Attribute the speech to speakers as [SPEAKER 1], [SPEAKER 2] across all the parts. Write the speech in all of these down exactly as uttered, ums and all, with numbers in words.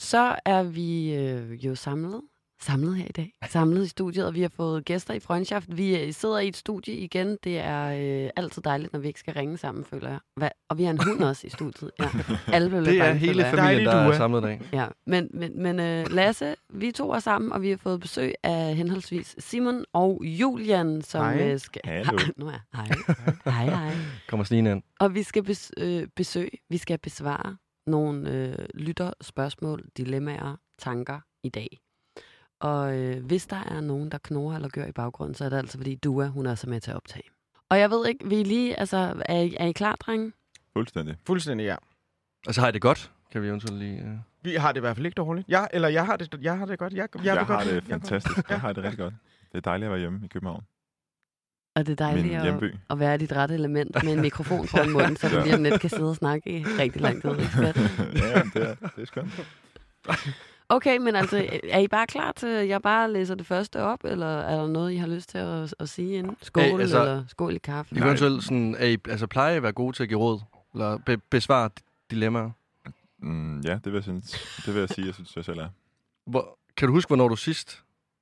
[SPEAKER 1] Så er vi øh, jo samlet. Samlet her i dag. Samlet i studiet, og vi har fået gæster i Freundschaft. Vi øh, sidder i et studie igen. Det er øh, altid dejligt, når vi ikke skal ringe sammen, føler jeg. Hva? Og vi har en hund også i studiet. Ja. Alle blev lidt
[SPEAKER 2] det er
[SPEAKER 1] bange,
[SPEAKER 2] hele familien, der er samlet i dag.
[SPEAKER 1] Ja. Men, men, men øh, Lasse, vi to er sammen, og vi har fået besøg af henholdsvis Simon og Julian, som
[SPEAKER 3] hej.
[SPEAKER 1] Øh, skal...
[SPEAKER 3] Hallo.
[SPEAKER 1] Nu er hej. Hej, hej.
[SPEAKER 2] Kommer snigende ind.
[SPEAKER 1] Og vi skal bes, øh, besøge, vi skal besvare nogle øh, lytterspørgsmål, dilemmaer, tanker i dag. Og øh, hvis der er nogen, der knurrer eller gør i baggrunden, så er det altså fordi Dua, hun er så med til at optage. Og jeg ved ikke, vi er lige, altså, er I, er I klar, drenge?
[SPEAKER 4] Fuldstændig.
[SPEAKER 3] Fuldstændig, ja.
[SPEAKER 2] Altså har I det godt? Kan vi eventuelt lige... Uh...
[SPEAKER 3] Vi har det i hvert fald ikke dårligt. Jeg, eller jeg har det, jeg har det godt. Jeg, jeg,
[SPEAKER 4] Jeg,
[SPEAKER 3] jeg
[SPEAKER 4] har
[SPEAKER 3] godt.
[SPEAKER 4] det fantastisk. Jeg har det rigtig godt. Det er dejligt at være hjemme i København.
[SPEAKER 1] Og det er dejligt
[SPEAKER 4] Min
[SPEAKER 1] at,
[SPEAKER 4] hjemby.
[SPEAKER 1] at være i dit rette element med en mikrofon foran munden, så du
[SPEAKER 4] Ja.
[SPEAKER 1] lige om lidt kan sidde og snakke i rigtig lang tid. Ikke skat?
[SPEAKER 4] Ja, det er, det er skønt.
[SPEAKER 1] Okay, men altså, er I bare klar til, at jeg bare læser det første op, eller er der noget, I har lyst til at, at sige inden? Skål,
[SPEAKER 2] Hey, altså,
[SPEAKER 1] eller skål i kaffe?
[SPEAKER 2] I eventuelt sådan, er I, altså, plejer I at være gode til at give råd? Eller be- besvare dilemmaer?
[SPEAKER 4] Mm, ja, det vil, jeg synes, det vil jeg sige, jeg synes, jeg selv er.
[SPEAKER 2] Hvor, kan du huske, hvornår du sidst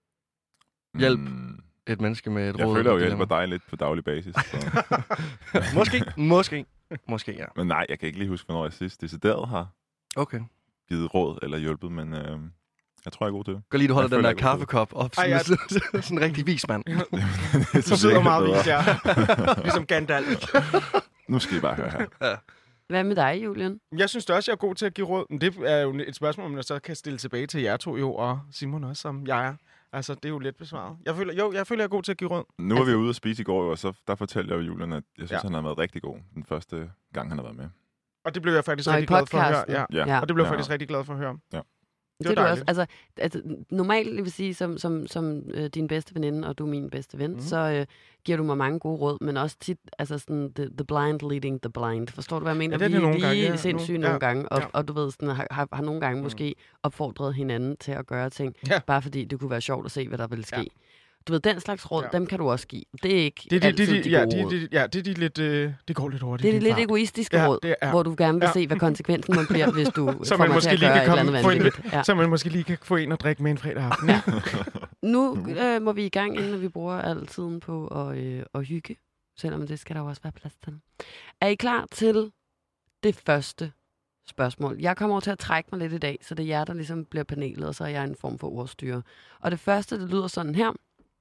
[SPEAKER 2] Hjælp.
[SPEAKER 4] Mm,
[SPEAKER 2] et menneske med et
[SPEAKER 4] jeg
[SPEAKER 2] råd?
[SPEAKER 4] føler jo,
[SPEAKER 2] eller
[SPEAKER 4] jeg hjælper
[SPEAKER 2] dilemma?
[SPEAKER 4] dig lidt på daglig basis. Så.
[SPEAKER 2] Måske, måske, måske, ja.
[SPEAKER 4] Men nej, jeg kan ikke lige huske, hvornår jeg sidst decideret har
[SPEAKER 2] Okay.
[SPEAKER 4] givet råd eller hjulpet, men øh, jeg tror, jeg er god til det.
[SPEAKER 2] Gør lige, du holder
[SPEAKER 4] Jeg
[SPEAKER 2] den der
[SPEAKER 4] føler, jeg er god
[SPEAKER 2] kaffekop op,
[SPEAKER 3] Ej,
[SPEAKER 2] som
[SPEAKER 3] jeg-
[SPEAKER 2] sådan, sådan en rigtig vismand.
[SPEAKER 3] Du sidder meget vis, ja. Ligesom Gandalf.
[SPEAKER 4] Nu skal I bare høre her.
[SPEAKER 1] Hvad med dig, Julian?
[SPEAKER 3] Jeg synes også, jeg er god til at give råd. Men det er jo et spørgsmål, man så kan stille tilbage til jer to jo, og Simon også, som jeg er. Altså, det er jo let besvaret. Jeg føler, jo, jeg føler, jeg er god til at give råd.
[SPEAKER 4] Nu var vi ude at spise i går, og så der fortalte jeg jo Julian, at jeg synes,
[SPEAKER 3] Ja.
[SPEAKER 4] han har været rigtig god den første gang, han har været med.
[SPEAKER 3] Og det blev jeg faktisk
[SPEAKER 1] Nå, i
[SPEAKER 3] rigtig glad for at høre.
[SPEAKER 1] podcasten.
[SPEAKER 3] Ja.
[SPEAKER 4] Ja.
[SPEAKER 3] Og det blev jeg
[SPEAKER 4] Ja.
[SPEAKER 3] faktisk rigtig glad for at høre.
[SPEAKER 4] Ja.
[SPEAKER 1] Det,
[SPEAKER 3] var
[SPEAKER 1] det er du også,
[SPEAKER 3] dejligt.
[SPEAKER 1] altså, altså, normalt, jeg vil sige, som, som, som øh, din bedste veninde, og du er min bedste ven,
[SPEAKER 3] Mhm.
[SPEAKER 1] mm. så øh, giver du mig mange gode råd, men også tit, altså sådan, the, the blind leading the blind. Forstår du, hvad jeg mener?
[SPEAKER 3] Ja, det er
[SPEAKER 1] vi
[SPEAKER 3] det nogle
[SPEAKER 1] vi
[SPEAKER 3] gange, ja.
[SPEAKER 1] er sindssyge
[SPEAKER 3] Nu-
[SPEAKER 1] nogle
[SPEAKER 3] ja.
[SPEAKER 1] gange, og,
[SPEAKER 3] Ja.
[SPEAKER 1] og du ved, sådan, har, har, har nogle gange
[SPEAKER 3] Mm.
[SPEAKER 1] måske opfordret hinanden til at gøre ting,
[SPEAKER 3] Ja.
[SPEAKER 1] bare fordi det kunne være sjovt at se, hvad der ville ske.
[SPEAKER 3] Ja.
[SPEAKER 1] Du ved, den slags råd,
[SPEAKER 3] Ja.
[SPEAKER 1] dem kan du også give. Det er ikke
[SPEAKER 3] Det er de,
[SPEAKER 1] altid
[SPEAKER 3] de, de,
[SPEAKER 1] de
[SPEAKER 3] ja,
[SPEAKER 1] gode
[SPEAKER 3] de,
[SPEAKER 1] råd.
[SPEAKER 3] de, ja, det er de lidt... Øh, det går lidt hurtigt.
[SPEAKER 1] Det er
[SPEAKER 3] i
[SPEAKER 1] det
[SPEAKER 3] din
[SPEAKER 1] lidt
[SPEAKER 3] fart.
[SPEAKER 1] egoistiske
[SPEAKER 3] Ja,
[SPEAKER 1] råd,
[SPEAKER 3] det er-
[SPEAKER 1] hvor du gerne vil
[SPEAKER 3] ja.
[SPEAKER 1] se, hvad konsekvensen man bliver, hvis du
[SPEAKER 3] Så man
[SPEAKER 1] kommer
[SPEAKER 3] måske
[SPEAKER 1] til at
[SPEAKER 3] lige
[SPEAKER 1] gøre
[SPEAKER 3] kan
[SPEAKER 1] et eller
[SPEAKER 3] komme
[SPEAKER 1] andet
[SPEAKER 3] få en-
[SPEAKER 1] vanvittigt. Ja.
[SPEAKER 3] Så man måske lige kan få en og drikke med en fredag aften.
[SPEAKER 1] Ja. Nu øh, må vi i gang, inden vi bruger al tiden på at, øh, at hygge, selvom det skal der jo også være plads til. Er I klar til det første spørgsmål? Jeg kommer over til at trække mig lidt i dag, så det er jer, der ligesom bliver panelet, og så er jeg en form for ordstyre. Og det første, det lyder sådan her.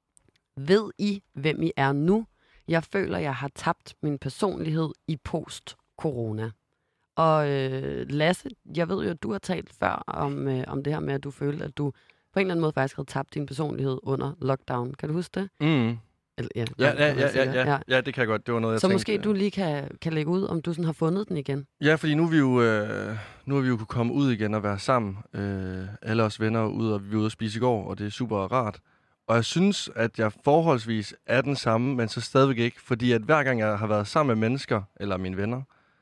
[SPEAKER 1] Ved I, hvem I er nu? Jeg føler, jeg har tabt min personlighed i post-corona. Og øh, Lasse, jeg ved jo, at du har talt før om, øh, om det her med, at du følte, at du på en eller anden måde faktisk havde tabt din personlighed under lockdown. Kan du huske det?
[SPEAKER 2] Mm.
[SPEAKER 1] Eller, ja,
[SPEAKER 2] Ja,
[SPEAKER 1] det
[SPEAKER 2] ja,
[SPEAKER 1] kan man
[SPEAKER 2] ja,
[SPEAKER 1] sikkert.
[SPEAKER 2] ja, ja, ja, det kan jeg godt. Det var noget, jeg
[SPEAKER 1] Så
[SPEAKER 2] tænkte.
[SPEAKER 1] måske du lige kan, kan lægge ud, om du sådan har fundet den igen.
[SPEAKER 2] Ja, fordi nu er vi jo, øh, nu er vi jo kunne komme ud igen og være sammen. Øh, alle os venner er ude, og vi var ude at spise i går, og det er super rart. Og jeg synes, at jeg forholdsvis er den samme, men så stadigvæk ikke. Fordi at hver gang jeg har været sammen med mennesker, eller mine venner,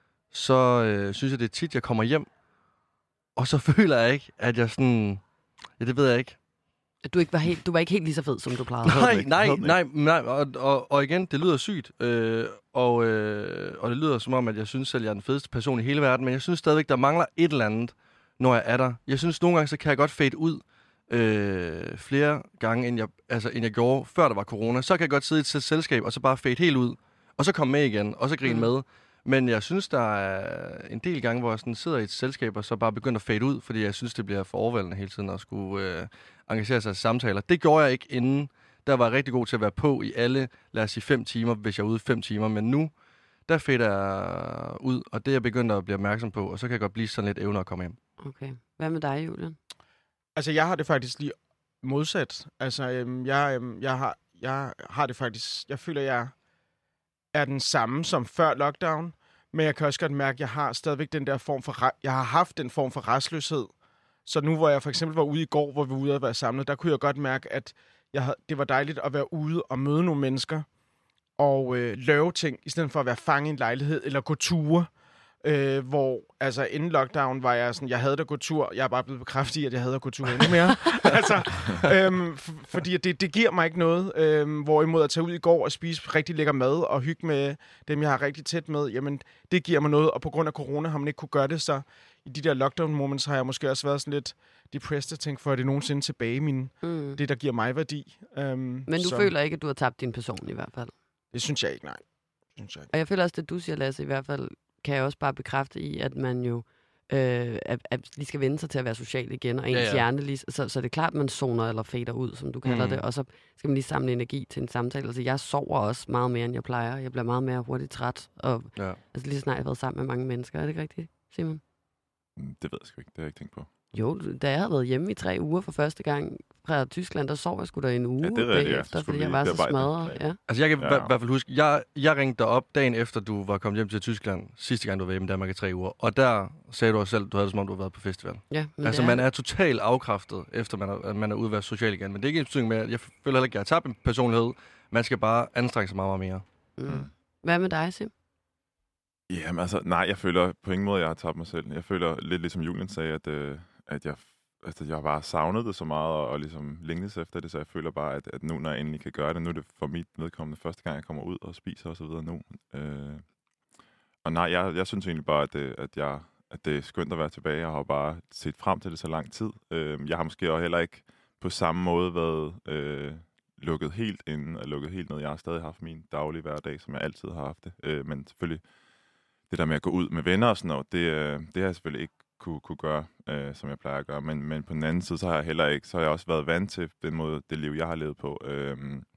[SPEAKER 2] så øh, synes jeg, det er tit, jeg kommer hjem. Og så føler jeg ikke, at jeg sådan... Ja, det ved jeg ikke.
[SPEAKER 1] At du ikke var helt, du var ikke helt lige så fed, som du plejede.
[SPEAKER 2] Nej,
[SPEAKER 4] ikke.
[SPEAKER 2] nej,
[SPEAKER 4] Håber
[SPEAKER 2] nej, nej. Og, og, og igen, det lyder sygt. Øh, og, øh, og det lyder som om, at jeg synes selv, jeg er den fedeste person i hele verden. Men jeg synes stadigvæk, der mangler et eller andet, når jeg er der. Jeg synes, nogle gange, så kan jeg godt fade ud øh, flere gange, end jeg, altså, end jeg gjorde, før der var corona. Så kan jeg godt sidde i et selskab, og så bare fade helt ud. Og så komme med igen, og så grine
[SPEAKER 1] Mm.
[SPEAKER 2] med. Men jeg synes, der er en del gange, hvor jeg sådan sidder i et selskab, og så bare begynder at fade ud, fordi jeg synes, det bliver for overvældende hele tiden at skulle øh, engagere sig i samtaler. Det gjorde jeg ikke inden. Der var jeg rigtig god til at være på i alle, lad os sige, fem timer, hvis jeg er ude fem timer. Men nu, der fader jeg ud, og det er jeg begyndt at blive opmærksom på, og så kan jeg godt blive sådan lidt evner at komme hjem.
[SPEAKER 1] Okay. Hvad med dig, Julian?
[SPEAKER 3] Altså, jeg har det faktisk lige modsat. Altså, øhm, jeg, øhm, jeg, har, jeg har det faktisk... Jeg føler, jeg er den samme som før lockdown, men jeg kan også godt mærke, at jeg har stadigvæk den der form for... Re- jeg har haft den form for restløshed. Så nu, hvor jeg for eksempel var ude i går, hvor vi var ude at være samlet, der kunne jeg godt mærke, at jeg havde, det var dejligt at være ude og møde nogle mennesker og øh, lave ting, i stedet for at være fanget i en lejlighed eller gå ture. Øh, hvor, altså, inden lockdown var jeg sådan, jeg havde at gå tur. Jeg er bare blevet bekræftet i, at jeg havde at gå tur endnu mere. altså, øhm, f- fordi det, det giver mig ikke noget. Øhm, hvorimod at tage ud i går og spise rigtig lækker mad og hygge med dem, jeg har rigtig tæt med, jamen, det giver mig noget. Og på grund af corona har man ikke kunne gøre det, så i de der lockdown moments har jeg måske også været sådan lidt depressed og tænkt, for er det nogensinde tilbage min, mm. det, der giver mig værdi. Øhm,
[SPEAKER 1] Men du
[SPEAKER 3] så,
[SPEAKER 1] føler ikke, at du har tabt din person i hvert fald?
[SPEAKER 3] Det synes jeg ikke, nej. Det synes jeg ikke.
[SPEAKER 1] Og jeg føler også, det du siger, Lasse, i hvert fald kan jeg også bare bekræfte i, at man jo øh, at, at lige skal vende sig til at være social igen, og ens ja, ja. hjerne lige, så, så det er klart, at man zoner eller fader ud, som du kalder mm. det, og så skal man lige samle energi til en samtale. Altså, jeg sover også meget mere, end jeg plejer. Jeg bliver meget mere hurtigt træt, og ja. altså, lige så snart jeg har været sammen med mange mennesker. Er det ikke rigtigt, Simon?
[SPEAKER 4] Det ved jeg sgu ikke. Det har jeg ikke tænkt på.
[SPEAKER 1] Jo, da jeg havde været hjemme i tre uger for første gang fra Tyskland, der sov jeg sgu da en uge ja, bagefter, ja. fordi jeg var så smadret. Ja.
[SPEAKER 2] Altså, jeg kan ja. i hvert fald huske, jeg, jeg ringte dig op dagen efter, du var kommet hjem til Tyskland, sidste gang, du var hjemme i Danmark i tre uger, og der sagde du også selv, du havde det som om, du havde været på festival.
[SPEAKER 1] Ja,
[SPEAKER 2] altså,
[SPEAKER 1] er...
[SPEAKER 2] man er totalt afkræftet, efter man er, man er ude at være social igen, men det er ikke en betydning med, at jeg føler heller ikke, at jeg har tabt en personlighed. Man skal bare anstrenge sig meget, meget mere.
[SPEAKER 1] Mm. Hvad med dig, Sim?
[SPEAKER 4] Jamen altså, nej, jeg føler på ingen måde, jeg har tabt mig selv. Jeg føler lidt ligesom Julian sagde, at, øh, at jeg, altså, jeg har bare savnet det så meget, og, og ligesom længes efter det, så jeg føler bare, at, at nu, når jeg endelig kan gøre det, nu er det for mit vedkommende første gang, jeg kommer ud og spiser og så videre nu. Øh, og nej, jeg, jeg synes egentlig bare, at det, at, jeg, at det er skønt at være tilbage. Jeg har bare set frem til det så lang tid. Øh, jeg har måske også heller ikke på samme måde været øh, lukket helt inden og lukket helt ned. Jeg har stadig haft min daglige hverdag, som jeg altid har haft det. Øh, men selvfølgelig det der med at gå ud med venner og sådan noget, det, øh, det har jeg selvfølgelig ikke kunne, kunne gøre, øh, som jeg plejer at gøre. Men, men på den anden side, så har jeg heller ikke, så har jeg også været vant til den måde, det liv, jeg har levet på. Øh,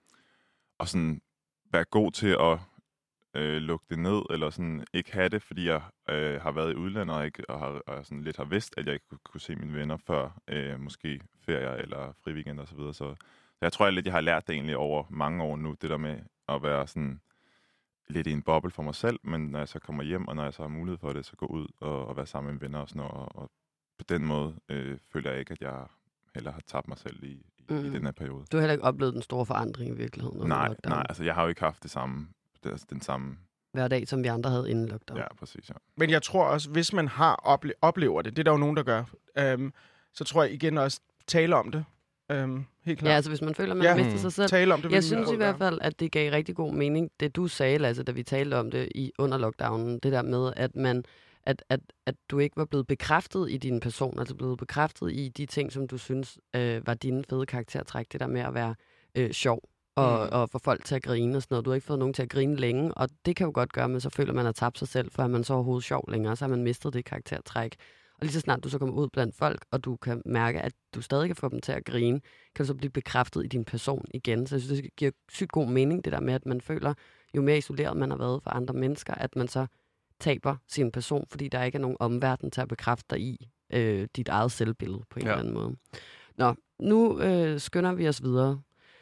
[SPEAKER 4] og sådan være god til at øh, lukke det ned, eller sådan ikke have det, fordi jeg øh, har været i udlandet og, ikke, og, har, og sådan lidt har vidst, at jeg ikke kunne, kunne se mine venner før øh, måske ferier eller fri weekend og så videre. Så, så jeg tror, at jeg, lidt, jeg har lært det egentlig over mange år nu, det der med at være sådan lidt i en boble for mig selv, men når jeg så kommer hjem, og når jeg så har mulighed for det, så gå ud og, og være sammen med venner og sådan noget, og, og på den måde øh, føler jeg ikke, at jeg heller har tabt mig selv i, i, mm. i den her periode.
[SPEAKER 1] Du har heller ikke oplevet den store forandring i virkeligheden?
[SPEAKER 4] Nej, nej, altså jeg har jo ikke haft det samme, det, altså, den samme
[SPEAKER 1] hverdag, som vi andre havde inden lockdown.
[SPEAKER 4] Ja, præcis, ja.
[SPEAKER 3] Men jeg tror også, hvis man har ople- oplever det, det er der jo nogen, der gør, øhm, så tror jeg igen også, tale om det. Øhm, helt klart.
[SPEAKER 1] Ja, altså hvis man føler, at man ja, har mistet sig selv.
[SPEAKER 3] Tale om det,
[SPEAKER 1] jeg synes i hvert fald, at det gav rigtig god mening, det du sagde, Lasse, da vi talte om det i under lockdownen, det der med, at man at, at, at du ikke var blevet bekræftet i din person, altså blevet bekræftet i de ting, som du synes øh, var dine fede karaktertræk, det der med at være øh, sjov og, mm. og få folk til at grine og sådan noget. Du har ikke fået nogen til at grine længe, og det kan jo godt gøre, men så føler man at tabt sig selv, for at man så overhovedet sjov længere, så har man mistet det karaktertræk. Og lige så snart du så kommer ud blandt folk, og du kan mærke, at du stadig kan få dem til at grine, kan du så blive bekræftet i din person igen. Så jeg synes, det giver sygt god mening, det der med, at man føler, jo mere isoleret man har været for andre mennesker, at man så taber sin person, fordi der ikke er nogen omverden til at bekræfte dig i øh, dit eget selvbillede på en ja. eller anden måde. Nå, nu øh, skynder vi os videre.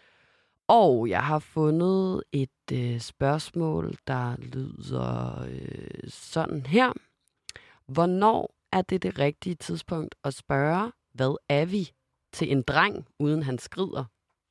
[SPEAKER 1] Og jeg har fundet et øh, spørgsmål, der lyder øh, sådan her. Hvornår er det det rigtige tidspunkt at spørge, hvad er vi til en dreng, uden han skrider?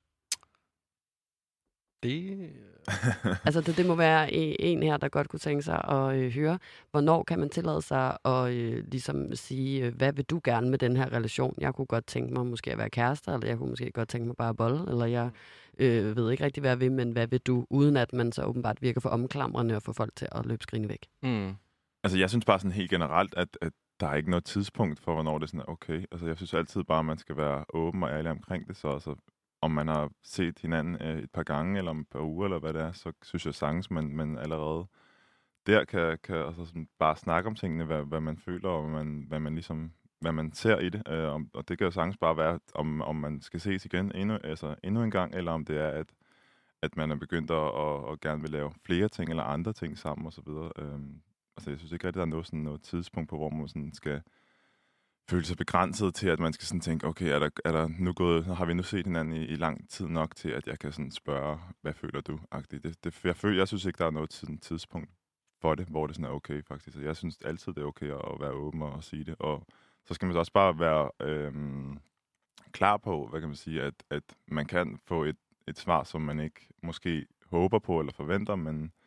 [SPEAKER 2] Det...
[SPEAKER 1] altså, det, det må være en her, der godt kunne tænke sig at øh, høre. Hvornår kan man tillade sig at øh, ligesom sige, øh, hvad vil du gerne med den her relation? Jeg kunne godt tænke mig måske at være kærester, eller jeg kunne måske godt tænke mig bare at bolle, eller jeg øh, ved ikke rigtig, hvad jeg vil, men hvad vil du? Uden at man så åbenbart virker for omklamrende og få folk til at løbe skrigende væk.
[SPEAKER 4] Mm. Altså, jeg synes bare sådan helt generelt, at, at der er ikke noget tidspunkt for, hvornår det er sådan okay. Altså, jeg synes altid bare, at man skal være åben og ærlig omkring det. Så altså, om man har set hinanden øh, et par gange, eller om et par uger, eller hvad det er, så synes jeg sagtens, man, man allerede der kan, kan altså, sådan, bare snakke om tingene, hvad, hvad man føler, og hvad man, hvad man, ligesom, hvad man ser i det. Øh, og, og det kan jo sagtens bare være, om, om man skal ses igen endnu, altså, endnu en gang, eller om det er, at, at man er begyndt at og, og gerne vil lave flere ting, eller andre ting sammen, osv. Øh, altså, jeg synes ikke rigtig, der er noget, sådan, noget tidspunkt på, hvor man sådan skal føle sig begrænset til, at man skal sådan tænke, okay, er der, er der nu gået, har vi nu set hinanden i, i lang tid nok til, at jeg kan sådan spørge, hvad føler du? Det, det, jeg, føler, jeg synes ikke, der er noget tid, tidspunkt for det, hvor det sådan er okay, faktisk. Jeg synes altid, det er okay at, at være åben og at sige det. Og så skal man også bare være øhm, klar på, hvad kan man sige, at, at man kan få et, et svar, som man ikke måske håber på eller forventer, men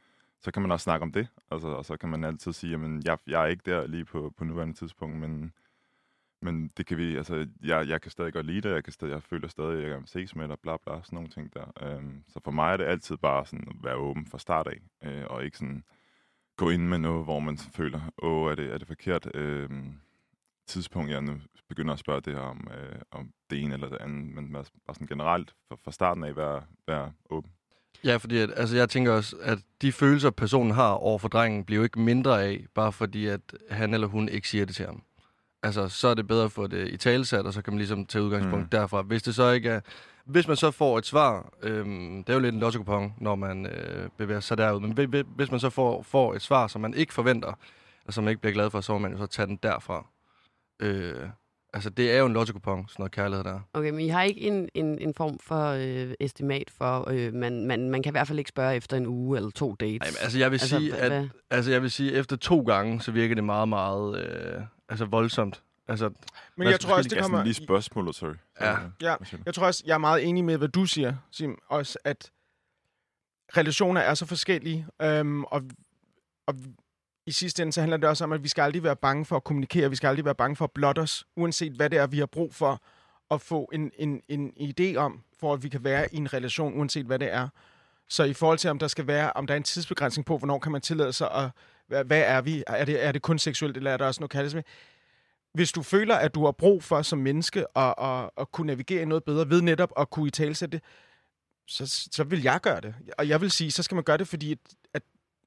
[SPEAKER 4] så kan man også snakke om det, altså, og så kan man altid sige, jamen, jeg, jeg er ikke der lige på, på nuværende tidspunkt, men, men det kan vi, altså, jeg, jeg kan stadig godt lide det, jeg, kan stadig, jeg føler stadig, at jeg kan ses med dig, bla bla, sådan nogle ting der. Øhm, så for mig er det altid bare sådan at være åben fra start af, øh, og ikke sådan gå ind med noget, hvor man føler, åh, er det, er det forkert øh, tidspunkt, jeg nu begynder at spørge det her om, øh, om det ene eller det andet, men bare sådan generelt fra, fra starten af være, være åben.
[SPEAKER 2] Ja, fordi at, altså, jeg tænker også, at de følelser, personen har over for drengen, bliver jo ikke mindre af, bare fordi at han eller hun ikke siger det til ham. Altså, så er det bedre at få det i talesat, og så kan man ligesom tage udgangspunkt mm. derfra. Hvis det så ikke er... Hvis man så får et svar, øhm, det er jo lidt en lotto-kupon, når man øh, bevæger sig derud, men hvis man så får, får et svar, som man ikke forventer, og som man ikke bliver glad for, så må man jo så tage den derfra. Øh, altså, det er jo en lotto-kupon, sådan noget kærlighed der.
[SPEAKER 1] Okay, men I har ikke en, en, en form for øh, estimat for, øh, man, man, man kan i hvert fald ikke spørge efter en uge eller to dates.
[SPEAKER 2] Ej, altså, jeg vil
[SPEAKER 1] altså,
[SPEAKER 2] sige, at,
[SPEAKER 1] hvad?
[SPEAKER 2] altså, jeg vil sige, efter to gange, så virker det meget, meget øh, altså, voldsomt. Altså,
[SPEAKER 3] Men jeg tror også, det kommer...
[SPEAKER 4] lige spørgsmålet, sorry.
[SPEAKER 2] Ja.
[SPEAKER 3] Ja, jeg tror også, jeg er meget enig med, hvad du siger, Sim. Også, at relationer er så forskellige, øhm, og, og i sidste ende, så handler det også om, at vi skal aldrig være bange for at kommunikere, vi skal aldrig være bange for at blotte os, uanset hvad det er, vi har brug for at få en, en, en idé om, for at vi kan være i en relation, uanset hvad det er. Så i forhold til, om der skal være, om der er en tidsbegrænsning på, hvornår kan man tillade sig, at, hvad, hvad er vi? Er det, er det kun seksuelt, eller er der også noget kærlighed? Hvis du føler, at du har brug for som menneske at, at, at kunne navigere noget bedre, ved netop at kunne italesætte det, så, så vil jeg gøre det. Og jeg vil sige, så skal man gøre det, fordi at, at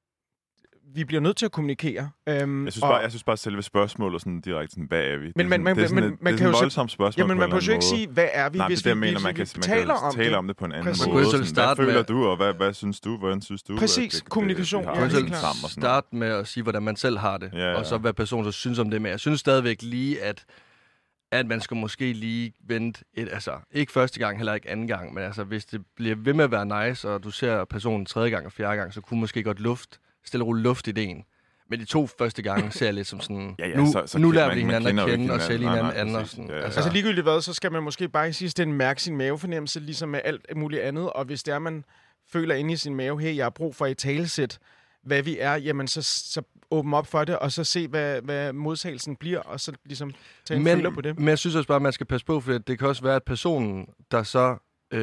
[SPEAKER 3] vi bliver nødt til at kommunikere. Øhm,
[SPEAKER 4] jeg, synes
[SPEAKER 3] og,
[SPEAKER 4] bare, jeg synes bare, at selve spørgsmålet sådan direkte, sådan, hvad er vi? Det
[SPEAKER 3] men,
[SPEAKER 4] er
[SPEAKER 3] man,
[SPEAKER 4] sådan,
[SPEAKER 3] man,
[SPEAKER 4] det er sådan,
[SPEAKER 3] man,
[SPEAKER 4] et,
[SPEAKER 3] man
[SPEAKER 4] det
[SPEAKER 3] kan
[SPEAKER 4] er
[SPEAKER 3] jo
[SPEAKER 4] et voldsomt spørgsmål.
[SPEAKER 3] Jamen, man behøver jo ikke sige, hvad er vi,
[SPEAKER 4] Nej,
[SPEAKER 3] hvis
[SPEAKER 4] det,
[SPEAKER 3] vi,
[SPEAKER 4] mener,
[SPEAKER 3] hvis
[SPEAKER 4] man
[SPEAKER 3] vi,
[SPEAKER 4] kan,
[SPEAKER 3] vi
[SPEAKER 4] man
[SPEAKER 3] taler
[SPEAKER 4] kan
[SPEAKER 3] om
[SPEAKER 4] tale
[SPEAKER 3] det.
[SPEAKER 4] om det på en anden
[SPEAKER 3] Præcis.
[SPEAKER 4] måde.
[SPEAKER 2] Man kunne
[SPEAKER 4] Sådan,
[SPEAKER 2] starte
[SPEAKER 4] hvad føler
[SPEAKER 2] med-
[SPEAKER 4] du, og hvad, hvad synes du? Hvordan synes du?
[SPEAKER 3] Præcis.
[SPEAKER 4] at det-
[SPEAKER 3] Kommunikation.
[SPEAKER 4] det- vi
[SPEAKER 3] Ja,
[SPEAKER 4] har
[SPEAKER 3] helt
[SPEAKER 4] det
[SPEAKER 3] klart.
[SPEAKER 4] sammen og sådan noget?
[SPEAKER 2] Start med at sige, hvordan man selv har det,
[SPEAKER 4] Ja, ja.
[SPEAKER 2] og så hvad personen så synes om det. Men jeg synes stadigvæk lige, at, at man skal måske lige vente et, altså ikke første gang, heller ikke anden gang, men altså hvis det bliver ved med at være nice, og du ser personen tredje gang og fjerde gang, så kunne måske godt luft, stille og roligt luft ideen. Men de to første gange ser jeg lidt som sådan,
[SPEAKER 4] Ja, ja,
[SPEAKER 2] nu,
[SPEAKER 4] så- så
[SPEAKER 2] nu
[SPEAKER 4] man-
[SPEAKER 2] lærer
[SPEAKER 4] man
[SPEAKER 2] vi hinanden
[SPEAKER 4] kender
[SPEAKER 2] at
[SPEAKER 4] jo
[SPEAKER 2] kende
[SPEAKER 4] ikke
[SPEAKER 2] og sælge
[SPEAKER 4] hinanden.
[SPEAKER 2] hinanden
[SPEAKER 4] Nej, nej,
[SPEAKER 2] an og
[SPEAKER 4] præcis.
[SPEAKER 2] sådan.
[SPEAKER 4] Ja, ja.
[SPEAKER 2] Altså,
[SPEAKER 3] Altså ligegyldigt hvad, så skal man måske bare i sidste ende mærke sin mavefornemmelse, ligesom med alt muligt andet. Og hvis det er, man føler inde i sin mave, hey, jeg har brug for et talesæt, hvad vi er, jamen så, så åbne op for det, og så se, hvad, hvad modtagelsen bliver, og så ligesom tage en
[SPEAKER 2] men,
[SPEAKER 3] føler på det.
[SPEAKER 2] Men jeg synes også bare, at man skal passe på, for det kan også være, at personen, der så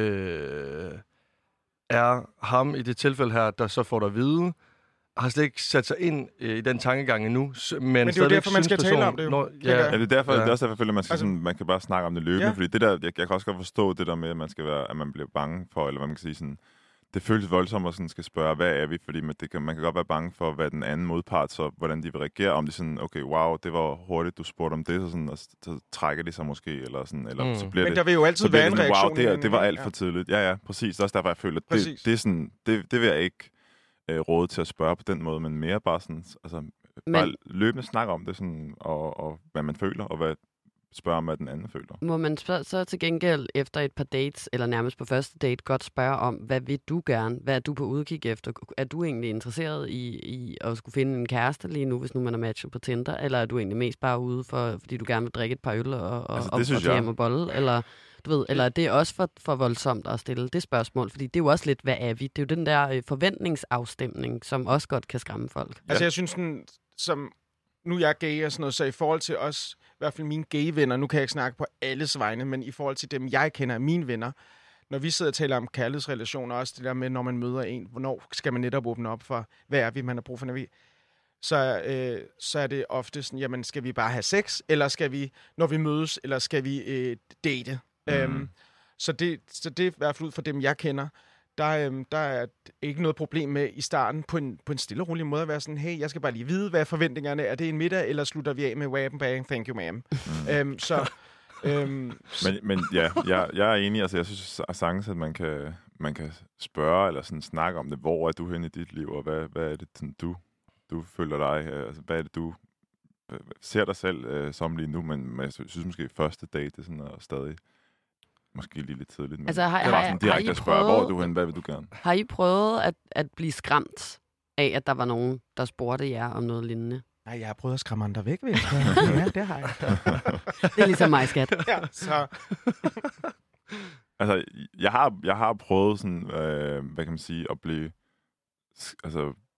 [SPEAKER 2] øh, er ham i det tilfælde her, der så får dig at vide, har slet ikke sat sig ind øh, i den tankegang endnu. s- Men,
[SPEAKER 3] Men det er jo derfor, man skal tale om det jo.
[SPEAKER 2] Når,
[SPEAKER 3] Det
[SPEAKER 2] ja,
[SPEAKER 3] er-
[SPEAKER 4] Ja, det er derfor,
[SPEAKER 2] Ja.
[SPEAKER 4] ja. det er også derfor, jeg føler, at man, skal
[SPEAKER 3] Altså-
[SPEAKER 4] sådan, man kan bare snakke om det løbende,
[SPEAKER 3] Ja.
[SPEAKER 4] ja. fordi det der, jeg, jeg kan også godt forstå det der med, at man skal være, at man bliver bange for, eller hvad man kan sige sådan, det føles voldsomt at sådan skal spørge, hvad er vi, fordi man, det kan, man kan godt være bange for, hvad den anden modpart, så hvordan de vil reagere, om de sådan, okay, wow, det var hurtigt, du spurgte om det, så, sådan, og så, så trækker de sig måske, eller sådan, eller
[SPEAKER 2] Mm.
[SPEAKER 4] så bliver
[SPEAKER 3] Men
[SPEAKER 4] det...
[SPEAKER 3] der vil jo altid
[SPEAKER 4] så bliver
[SPEAKER 3] være en
[SPEAKER 4] det sådan,
[SPEAKER 3] reaktion.
[SPEAKER 4] wow, det, er,
[SPEAKER 3] men-
[SPEAKER 4] det var alt
[SPEAKER 3] ja.
[SPEAKER 4] for tidligt. Ja, ja, præcis. Det er også derfor, jeg føler, at
[SPEAKER 3] Præcis.
[SPEAKER 4] det, det, er sådan, det, det vil jeg ikke øh, råde til at spørge på den måde, men mere bare sådan, altså,
[SPEAKER 1] Men-
[SPEAKER 4] bare løbende snakke om det, sådan, og, og hvad man føler, og hvad spørge om, hvad den anden føler.
[SPEAKER 1] Må man så, så til gengæld efter et par dates, eller nærmest på første date, godt spørge om, hvad vil du gerne? Hvad er du på udkig efter? Er du egentlig interesseret i, i at skulle finde en kæreste lige nu, hvis nu man er matchet på Tinder? Eller er du egentlig mest bare ude, for, fordi du gerne vil drikke et par øl og, og,
[SPEAKER 4] Altså, det
[SPEAKER 1] og,
[SPEAKER 4] synes
[SPEAKER 1] og tage
[SPEAKER 4] jeg.
[SPEAKER 1] hjem og bolle? Eller, du ved, eller er det også for, for voldsomt at stille det spørgsmål? Fordi det er jo også lidt, hvad er vi? Det er jo den der øh, forventningsafstemning, som også godt kan skræmme folk.
[SPEAKER 3] Altså jeg synes sådan, som nu er jeg gay og sådan noget, så i forhold til os, i hvert fald mine gay-venner, nu kan jeg ikke snakke på alles vegne, men i forhold til dem, jeg kender af mine venner, når vi sidder og taler om kærlighedsrelationer, også det der med, når man møder en, hvornår skal man netop åbne op for, hvad er vi, man har brug for, når vi... Så, øh, så er det ofte sådan, jamen skal vi bare have sex, eller skal vi, når vi mødes, eller skal vi øh, date? Mm. Øhm, så, det, så det er i hvert fald ud fra dem, jeg kender, der, øhm, der er ikke noget problem med i starten på en, på en stille og rolig måde at være sådan, hey, jeg skal bare lige vide, hvad er forventningerne? Er det en middag, eller slutter vi af med wham bang, thank you ma'am? Mm. Øhm, så, øhm,
[SPEAKER 4] Men, men ja, jeg, jeg er enig. Altså, jeg synes sagtens, at man kan, man kan spørge eller sådan snakke om det. Hvor er du henne i dit liv, og hvad, hvad er det, sådan, du, du føler dig? Altså, hvad er det, du øh, ser dig selv øh, som lige nu? Men, men jeg synes måske, første date er sådan noget stadig måske lige lidt tidligt. Men
[SPEAKER 1] Altså, har-
[SPEAKER 4] det var
[SPEAKER 1] har-
[SPEAKER 4] sådan
[SPEAKER 1] har
[SPEAKER 4] direkte
[SPEAKER 1] I
[SPEAKER 4] at spørge, hvor er
[SPEAKER 1] prøvet-
[SPEAKER 4] du henne? Hvad vil du gerne?
[SPEAKER 1] Har I prøvet at, at blive skræmt af, at der var nogen, der spurgte jer om noget lignende?
[SPEAKER 3] nej, jeg har prøvet at skræmme andre væk, vil jeg sige. Ja, det har jeg.
[SPEAKER 1] Det er ligesom mig, skat.
[SPEAKER 3] Ja, så...
[SPEAKER 4] Altså, jeg har, jeg har prøvet sådan, øh, hvad kan man sige, at blive, altså,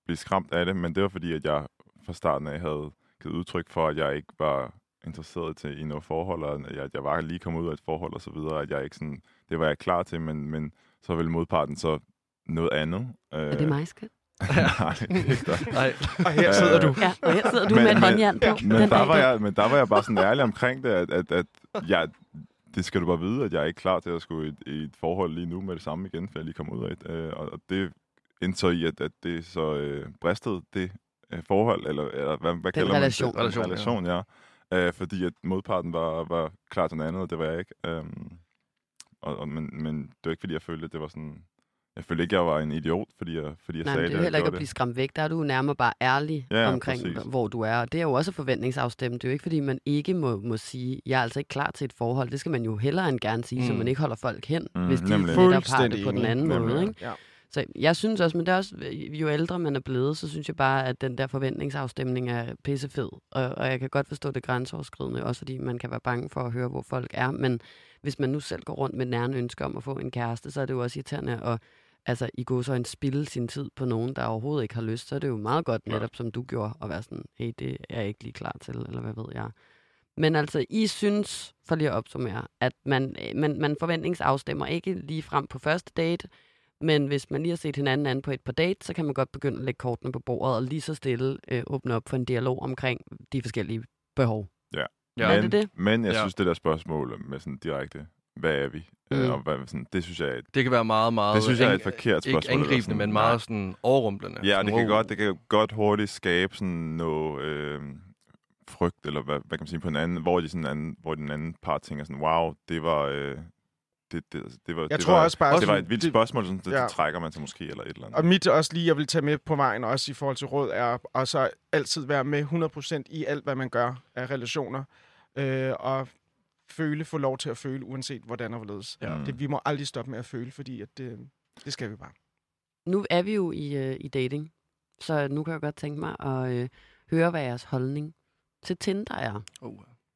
[SPEAKER 4] blive skræmt af det, men det var fordi, at jeg fra starten af havde givet udtryk for, at jeg ikke var interesseret til i noget forhold, og at jeg, jeg var lige kommet ud af et forhold og så videre, at jeg ikke sådan, det var jeg klar til, men, men så ville modparten så noget andet.
[SPEAKER 1] Er det mig, skat?
[SPEAKER 4] Nej, ikke der.
[SPEAKER 2] Nej.
[SPEAKER 3] Og her sidder du.
[SPEAKER 1] Ja, og her sidder du
[SPEAKER 4] Men-
[SPEAKER 1] med et
[SPEAKER 4] men-
[SPEAKER 1] håndjern på.
[SPEAKER 4] Men
[SPEAKER 1] den
[SPEAKER 4] der,
[SPEAKER 1] dag
[SPEAKER 4] var
[SPEAKER 1] der.
[SPEAKER 4] jeg, men der var jeg bare sådan ærlig omkring det, at, at, at jeg, det skal du bare vide, at jeg er ikke klar til at skulle i et, i et forhold lige nu med det samme igen, for jeg lige kom ud af et. Øh, og, og det indså i, at, at det så øh, bristede det øh, forhold, eller, eller hvad, hvad kalder
[SPEAKER 1] relation.
[SPEAKER 4] man det?
[SPEAKER 2] Relation,
[SPEAKER 4] relation, ja. Øh, fordi at modparten var, var klar til noget andet, og det var jeg ikke. Øhm, og, og, men, men det var ikke, fordi jeg følte, at det var sådan... Jeg følte ikke, at jeg var en idiot, fordi jeg, fordi jeg
[SPEAKER 1] Nej,
[SPEAKER 4] sagde
[SPEAKER 1] men
[SPEAKER 4] det.
[SPEAKER 1] det er jo heller ikke
[SPEAKER 4] og
[SPEAKER 1] at
[SPEAKER 4] gjorde
[SPEAKER 1] blive skræmt væk. Der er du nærmere bare ærlig
[SPEAKER 4] Ja, ja,
[SPEAKER 1] omkring,
[SPEAKER 4] præcis.
[SPEAKER 1] hvor du er. Og det er jo også forventningsafstemt. Det er jo ikke, fordi man ikke må, må sige, jeg er altså ikke klar til et forhold. Det skal man jo hellere end gerne sige, mm. så man ikke holder folk hen,
[SPEAKER 4] Mm,
[SPEAKER 1] hvis de
[SPEAKER 4] nemlig.
[SPEAKER 1] netop har det
[SPEAKER 3] Fuldstændig
[SPEAKER 1] på den
[SPEAKER 3] enig.
[SPEAKER 1] anden
[SPEAKER 4] Nemlig,
[SPEAKER 1] måde.
[SPEAKER 4] ja.
[SPEAKER 1] Ikke?
[SPEAKER 3] Ja.
[SPEAKER 1] Så jeg synes også, men det er også, jo ældre man er blevet, så synes jeg bare, at den der forventningsafstemning er pissefed. Og, og jeg kan godt forstå det grænseoverskridende, også fordi man kan være bange for at høre, hvor folk er. Men hvis man nu selv går rundt med nærende ønske om at få en kæreste, så er det jo også irriterende at altså, i går så en spilde sin tid på nogen, der overhovedet ikke har lyst. Så er det jo meget godt netop, som du gjorde, at være sådan, hey, det er jeg ikke lige klar til, eller hvad ved jeg. Men altså, I synes, for lige at opsummere, at man, man, man forventningsafstemmer ikke lige frem på første date, men hvis man lige har set hinanden an på et par dates, så kan man godt begynde at lægge kortene på bordet og lige så stille øh, åbne op for en dialog omkring de forskellige behov.
[SPEAKER 4] Ja.
[SPEAKER 1] Ja.
[SPEAKER 4] Men,
[SPEAKER 1] Er det det?
[SPEAKER 4] men jeg
[SPEAKER 2] Ja.
[SPEAKER 4] synes, det der spørgsmål med sådan direkte, hvad er vi? Mm.
[SPEAKER 1] Mm.
[SPEAKER 4] Øh, og hvad, sådan, det synes jeg, er et-
[SPEAKER 2] Det kan være meget, meget...
[SPEAKER 4] det synes jeg er et
[SPEAKER 2] ang-
[SPEAKER 4] forkert
[SPEAKER 2] Ikke
[SPEAKER 4] spørgsmål. eller
[SPEAKER 2] angribende,
[SPEAKER 4] sådan.
[SPEAKER 2] men
[SPEAKER 4] Nej.
[SPEAKER 2] meget sådan overrumplende.
[SPEAKER 4] Ja,
[SPEAKER 2] Sådan,
[SPEAKER 4] det kan,
[SPEAKER 2] wow.
[SPEAKER 4] godt, det kan godt hurtigt skabe sådan noget øh, frygt, eller hvad, hvad kan man sige, på en anden, hvor, de sådan anden, hvor den anden part tænker sådan, wow, det var... Øh, det, det, det var,
[SPEAKER 3] Jeg
[SPEAKER 4] det
[SPEAKER 3] tror
[SPEAKER 4] var,
[SPEAKER 3] også bare...
[SPEAKER 4] det var et vildt
[SPEAKER 3] det-
[SPEAKER 4] spørgsmål, sådan, det,
[SPEAKER 3] ja.
[SPEAKER 4] det trækker man sig måske, eller et eller andet.
[SPEAKER 3] Og mit også lige, jeg vil tage med på vejen, også i forhold til råd, er at så altid være med hundrede procent i alt, hvad man gør af relationer. Øh, og føle, få lov til at føle, uanset hvordan og hvorledes.
[SPEAKER 2] Ja.
[SPEAKER 4] Mm.
[SPEAKER 3] Det, vi må aldrig stoppe med at føle, fordi at det, det skal vi bare.
[SPEAKER 1] Nu er vi jo i, øh, i dating, så nu kan jeg godt tænke mig at øh, høre, hvad jeres holdning til Tinder er.
[SPEAKER 2] Oh.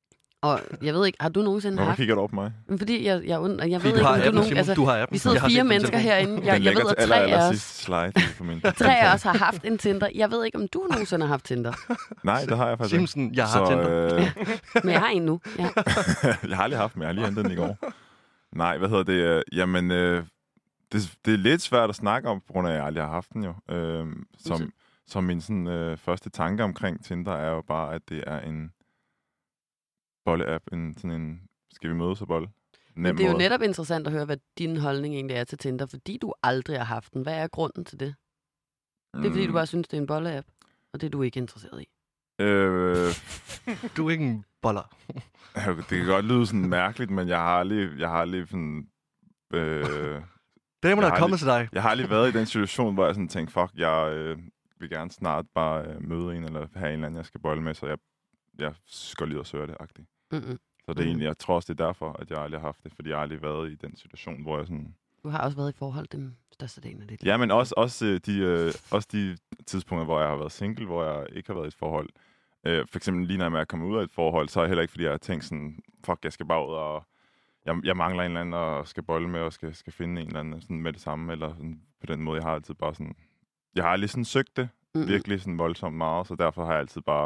[SPEAKER 1] Og jeg ved ikke, har du nogensinde
[SPEAKER 4] Hvorfor
[SPEAKER 1] haft...
[SPEAKER 4] kigger du op på mig?
[SPEAKER 1] Men Fordi jeg, jeg, und- jeg
[SPEAKER 2] Fordi
[SPEAKER 1] ved
[SPEAKER 2] du har
[SPEAKER 1] ikke, om du
[SPEAKER 2] appen,
[SPEAKER 1] nogen...
[SPEAKER 2] Simon.
[SPEAKER 1] Altså,
[SPEAKER 2] Du har appen.
[SPEAKER 1] vi sidder
[SPEAKER 2] Jeg har
[SPEAKER 1] fire
[SPEAKER 2] set den
[SPEAKER 1] mennesker
[SPEAKER 2] telefon.
[SPEAKER 1] herinde. Jeg,
[SPEAKER 4] Den
[SPEAKER 1] jeg
[SPEAKER 4] ligger
[SPEAKER 1] ved, at
[SPEAKER 4] til aller,
[SPEAKER 1] tre
[SPEAKER 4] aller
[SPEAKER 1] af os,
[SPEAKER 4] sidst slide på min
[SPEAKER 1] tre af os har haft en Tinder. Jeg ved ikke, om du nogensinde har haft Tinder.
[SPEAKER 4] Nej, det har jeg faktisk ikke.
[SPEAKER 2] Simpson, jeg har Tinder.
[SPEAKER 4] øh,
[SPEAKER 1] Men jeg har en nu. Ja.
[SPEAKER 4] jeg har aldrig haft, men jeg har lige hentet den i går. Nej, hvad hedder det? øh, Jamen, øh, det, det er lidt svært at snakke om, på grund af, at jeg aldrig har haft den jo. Øh, som, som min sådan, øh, første tanke omkring Tinder er jo bare, at det er en bolle-app. En, sådan en, skal vi mødes og bolle? Nem
[SPEAKER 1] Men det er jo
[SPEAKER 4] måde.
[SPEAKER 1] netop interessant at høre, hvad din holdning egentlig er til Tinder, fordi du aldrig har haft den. Hvad er grunden til det? Det er, fordi du bare synes, det er en bolle-app, og det er du ikke interesseret i.
[SPEAKER 4] Øh,
[SPEAKER 2] Du er ikke en boller.
[SPEAKER 4] det kan godt lyde sådan mærkeligt, men jeg har aldrig, jeg har aldrig sådan... Øh,
[SPEAKER 2] Damerne
[SPEAKER 4] har
[SPEAKER 2] er kommet til dig.
[SPEAKER 4] Jeg har aldrig været i den situation, hvor jeg sådan tænkte, fuck, jeg øh, vil gerne snart bare øh, møde en, eller have en eller anden, jeg skal bolle med, så jeg, jeg skal lige og søge det, agtigt.
[SPEAKER 1] Mm-mm.
[SPEAKER 4] Så det er egentlig, jeg tror også, det er derfor, at jeg aldrig har haft det, fordi jeg har aldrig været i den situation, hvor jeg sådan...
[SPEAKER 1] Du har også været i forhold den største del af dit liv.
[SPEAKER 4] Ja, men også, også, øh, de, øh, også de tidspunkter, hvor jeg har været single, hvor jeg ikke har været i et forhold. Øh, for eksempel lige når jeg er kommet ud af et forhold, så er det heller ikke, fordi jeg har tænkt sådan, fuck, jeg skal bare ud og... Jeg, jeg mangler en eller anden, og skal bolle med, og skal, skal finde en eller anden sådan med det samme, eller sådan, på den måde, jeg har altid bare sådan... Jeg har aldrig sådan søgt det,
[SPEAKER 1] Mm-mm.
[SPEAKER 4] virkelig sådan voldsomt meget, så derfor har jeg altid bare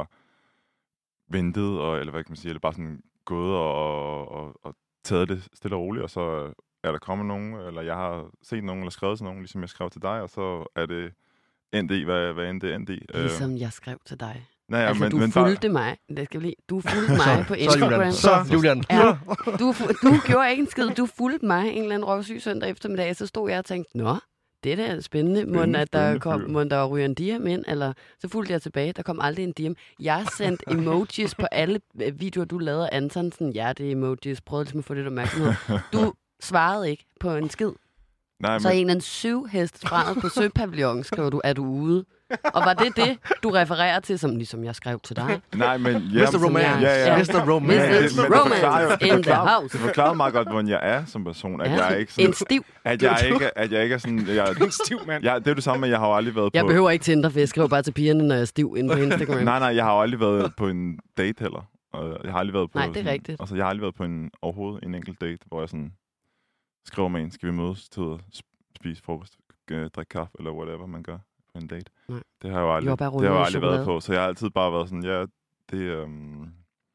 [SPEAKER 4] ventet, og, eller hvad kan man sige, eller bare sådan gået og, og, og taget det stille og roligt, og så er der kommet nogen, eller jeg har set nogen, eller skrevet til nogen, ligesom jeg skrev til dig, og så er det endt i, hvad, hvad end det endte i.
[SPEAKER 1] Ligesom jeg skrev til dig.
[SPEAKER 4] Nej, ja,
[SPEAKER 1] Altså,
[SPEAKER 4] men,
[SPEAKER 1] du
[SPEAKER 4] men
[SPEAKER 1] fulgte mig. Det skal vi lige. Du fulgte mig på
[SPEAKER 2] Så
[SPEAKER 1] Instagram.
[SPEAKER 2] Julian. Så Julian.
[SPEAKER 1] Ja. Du, fu- du gjorde ikke en skid. Du fulgte mig en eller anden røvsyg søndag eftermiddag. Så stod jeg og tænkte, nå, det der er spændende. Må
[SPEAKER 4] Spændende,
[SPEAKER 1] at der,
[SPEAKER 4] spændende
[SPEAKER 1] kom,
[SPEAKER 4] fyr.
[SPEAKER 1] må der ryge en diem ind? Eller så fulgte jeg tilbage. Der kom aldrig en diem. Jeg sendte emojis på alle øh, videoer, du lavede. Anton, sådan, ja, det er emojis. Prøvede ligesom at få lidt opmærksomhed. Du svarede ikke på en skid.
[SPEAKER 4] Nej,
[SPEAKER 1] Så
[SPEAKER 4] men,
[SPEAKER 1] en eller anden syvhest fra på Søpavillon, skriver du, er du ude? Og var det det, du refererer til, som ligesom jeg skrev til dig?
[SPEAKER 4] nej, men... Ja,
[SPEAKER 2] mister Romance.
[SPEAKER 4] Ja, ja.
[SPEAKER 2] mister Romance.
[SPEAKER 1] mister
[SPEAKER 4] Men det- men det forklarer jo-
[SPEAKER 1] Romance
[SPEAKER 4] det
[SPEAKER 1] in the
[SPEAKER 4] forklarer-
[SPEAKER 1] house.
[SPEAKER 4] Det forklarer meget godt, hvordan jeg er som person. At jeg er ikke sådan...
[SPEAKER 1] En stiv.
[SPEAKER 4] At jeg ikke, at jeg ikke er sådan... Jeg,
[SPEAKER 3] En stiv mand.
[SPEAKER 4] jeg, det er jo det samme, men jeg har jo aldrig været
[SPEAKER 1] Jeg
[SPEAKER 4] på...
[SPEAKER 1] behøver ikke Tinder, for jeg skriver bare til pigerne, når jeg er stiv inde på Instagram.
[SPEAKER 4] Nej, nej, jeg har jo aldrig været på en date heller. Og jeg har aldrig været på...
[SPEAKER 1] Nej, det er
[SPEAKER 4] sådan,
[SPEAKER 1] rigtigt.
[SPEAKER 4] Altså, jeg har aldrig været på en overhovedet en enkelt date, hvor jeg sådan skriver med en, skal vi mødes til at sp- spise frokost, øh, drikke kaffe, eller whatever man gør på med en date.
[SPEAKER 1] Nej.
[SPEAKER 4] Det har jeg jo aldrig, det har jeg jo aldrig været på. Så jeg har altid bare været sådan, ja, det, øhm,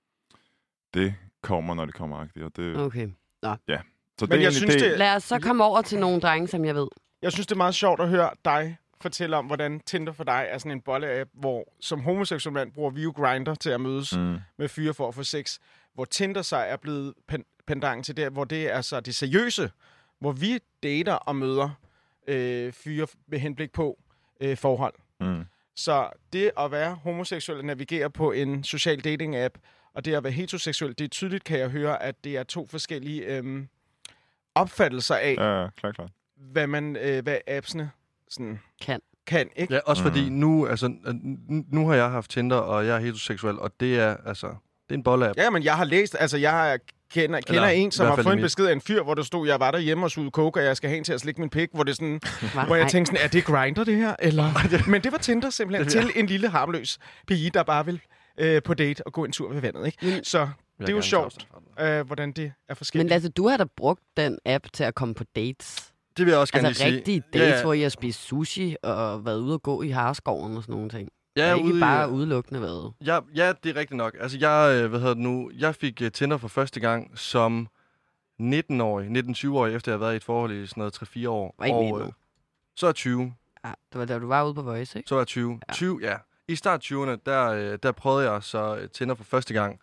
[SPEAKER 4] det kommer, når det kommer agtigt. Og det,
[SPEAKER 1] Okay. Nå.
[SPEAKER 4] Ja. Så
[SPEAKER 3] Men
[SPEAKER 4] det er
[SPEAKER 3] jeg synes,
[SPEAKER 4] det...
[SPEAKER 3] det-
[SPEAKER 1] Lad os så komme over til nogle drenge, som jeg ved.
[SPEAKER 3] Jeg synes, det er meget sjovt at høre dig fortælle om, hvordan Tinder for dig er sådan en bolle-app, hvor som homoseksuel mand bruger vi jo Grindr til at mødes mm. med fyre for at få sex, hvor Tinder så er blevet pen- pendant til det, hvor det er så det seriøse, hvor vi dater og møder øh, fyre med henblik på øh, forhold.
[SPEAKER 4] Mm.
[SPEAKER 3] Så det at være homoseksuel og navigere på en social dating-app, og det at være heteroseksuel, det er tydeligt, kan jeg høre, at det er to forskellige øh, opfattelser af,
[SPEAKER 4] Ja, ja, klart, klart.
[SPEAKER 3] hvad man, øh, hvad appsene sådan
[SPEAKER 1] Kan.
[SPEAKER 3] kan, ikke?
[SPEAKER 2] Ja, også fordi
[SPEAKER 4] Mm.
[SPEAKER 2] nu, altså, n- nu har jeg haft Tinder, og jeg er heteroseksuel, og det er, altså, det er en bolle-app.
[SPEAKER 3] Ja, men jeg har læst, altså jeg har kender, kender
[SPEAKER 2] Eller,
[SPEAKER 3] en,
[SPEAKER 2] i
[SPEAKER 3] som
[SPEAKER 2] hvert
[SPEAKER 3] har
[SPEAKER 2] fald
[SPEAKER 3] fået en
[SPEAKER 2] mit-
[SPEAKER 3] besked af en fyr, hvor der stod, jeg var derhjemme og sugede coke, og jeg skal have en til at slikke min pik, hvor det sådan,
[SPEAKER 1] Hva?
[SPEAKER 3] hvor jeg
[SPEAKER 1] Ej.
[SPEAKER 3] tænkte sådan, er det Grindr det her? Eller? Men det var Tinder simpelthen
[SPEAKER 2] Det-
[SPEAKER 3] til en lille harmløs pige, der bare vil øh, på date og gå en tur ved vandet, ikke?
[SPEAKER 1] Men-
[SPEAKER 3] Så
[SPEAKER 2] Jeg
[SPEAKER 3] det er jo
[SPEAKER 2] gerne
[SPEAKER 3] sjovt,
[SPEAKER 2] tage afstand fra den.
[SPEAKER 3] øh, hvordan det er
[SPEAKER 1] Men
[SPEAKER 3] forskelligt.
[SPEAKER 1] Lasse, du har da brugt den app til at komme på dates.
[SPEAKER 2] Det vil jeg også gerne
[SPEAKER 1] Altså
[SPEAKER 2] lige sige.
[SPEAKER 1] rigtige dates,
[SPEAKER 2] Ja, ja.
[SPEAKER 1] hvor I har spist sushi og været ude og gå i Harskoven og sådan nogle ting.
[SPEAKER 2] Jeg
[SPEAKER 1] Ja,
[SPEAKER 2] er
[SPEAKER 1] ikke
[SPEAKER 2] ude i,
[SPEAKER 1] bare
[SPEAKER 2] øh,
[SPEAKER 1] udelukkende været.
[SPEAKER 2] Ja, ja, det er rigtigt nok. Altså, jeg, øh, hvad hedder det nu, jeg fik uh, Tinder for første gang som nitten-årig, nitten-tyve-årig, efter jeg havde været i et forhold i sådan noget tre fire år.
[SPEAKER 1] Var ikke
[SPEAKER 2] og
[SPEAKER 1] nitten
[SPEAKER 2] øh,
[SPEAKER 1] år.
[SPEAKER 2] så er jeg tyve.
[SPEAKER 1] Ja, det var da du var ude på Voice, ikke?
[SPEAKER 2] Så var jeg tyve.
[SPEAKER 1] Ja.
[SPEAKER 2] tyve, ja. I start tyverne, der, øh, der prøvede jeg så øh, Tinder for første gang.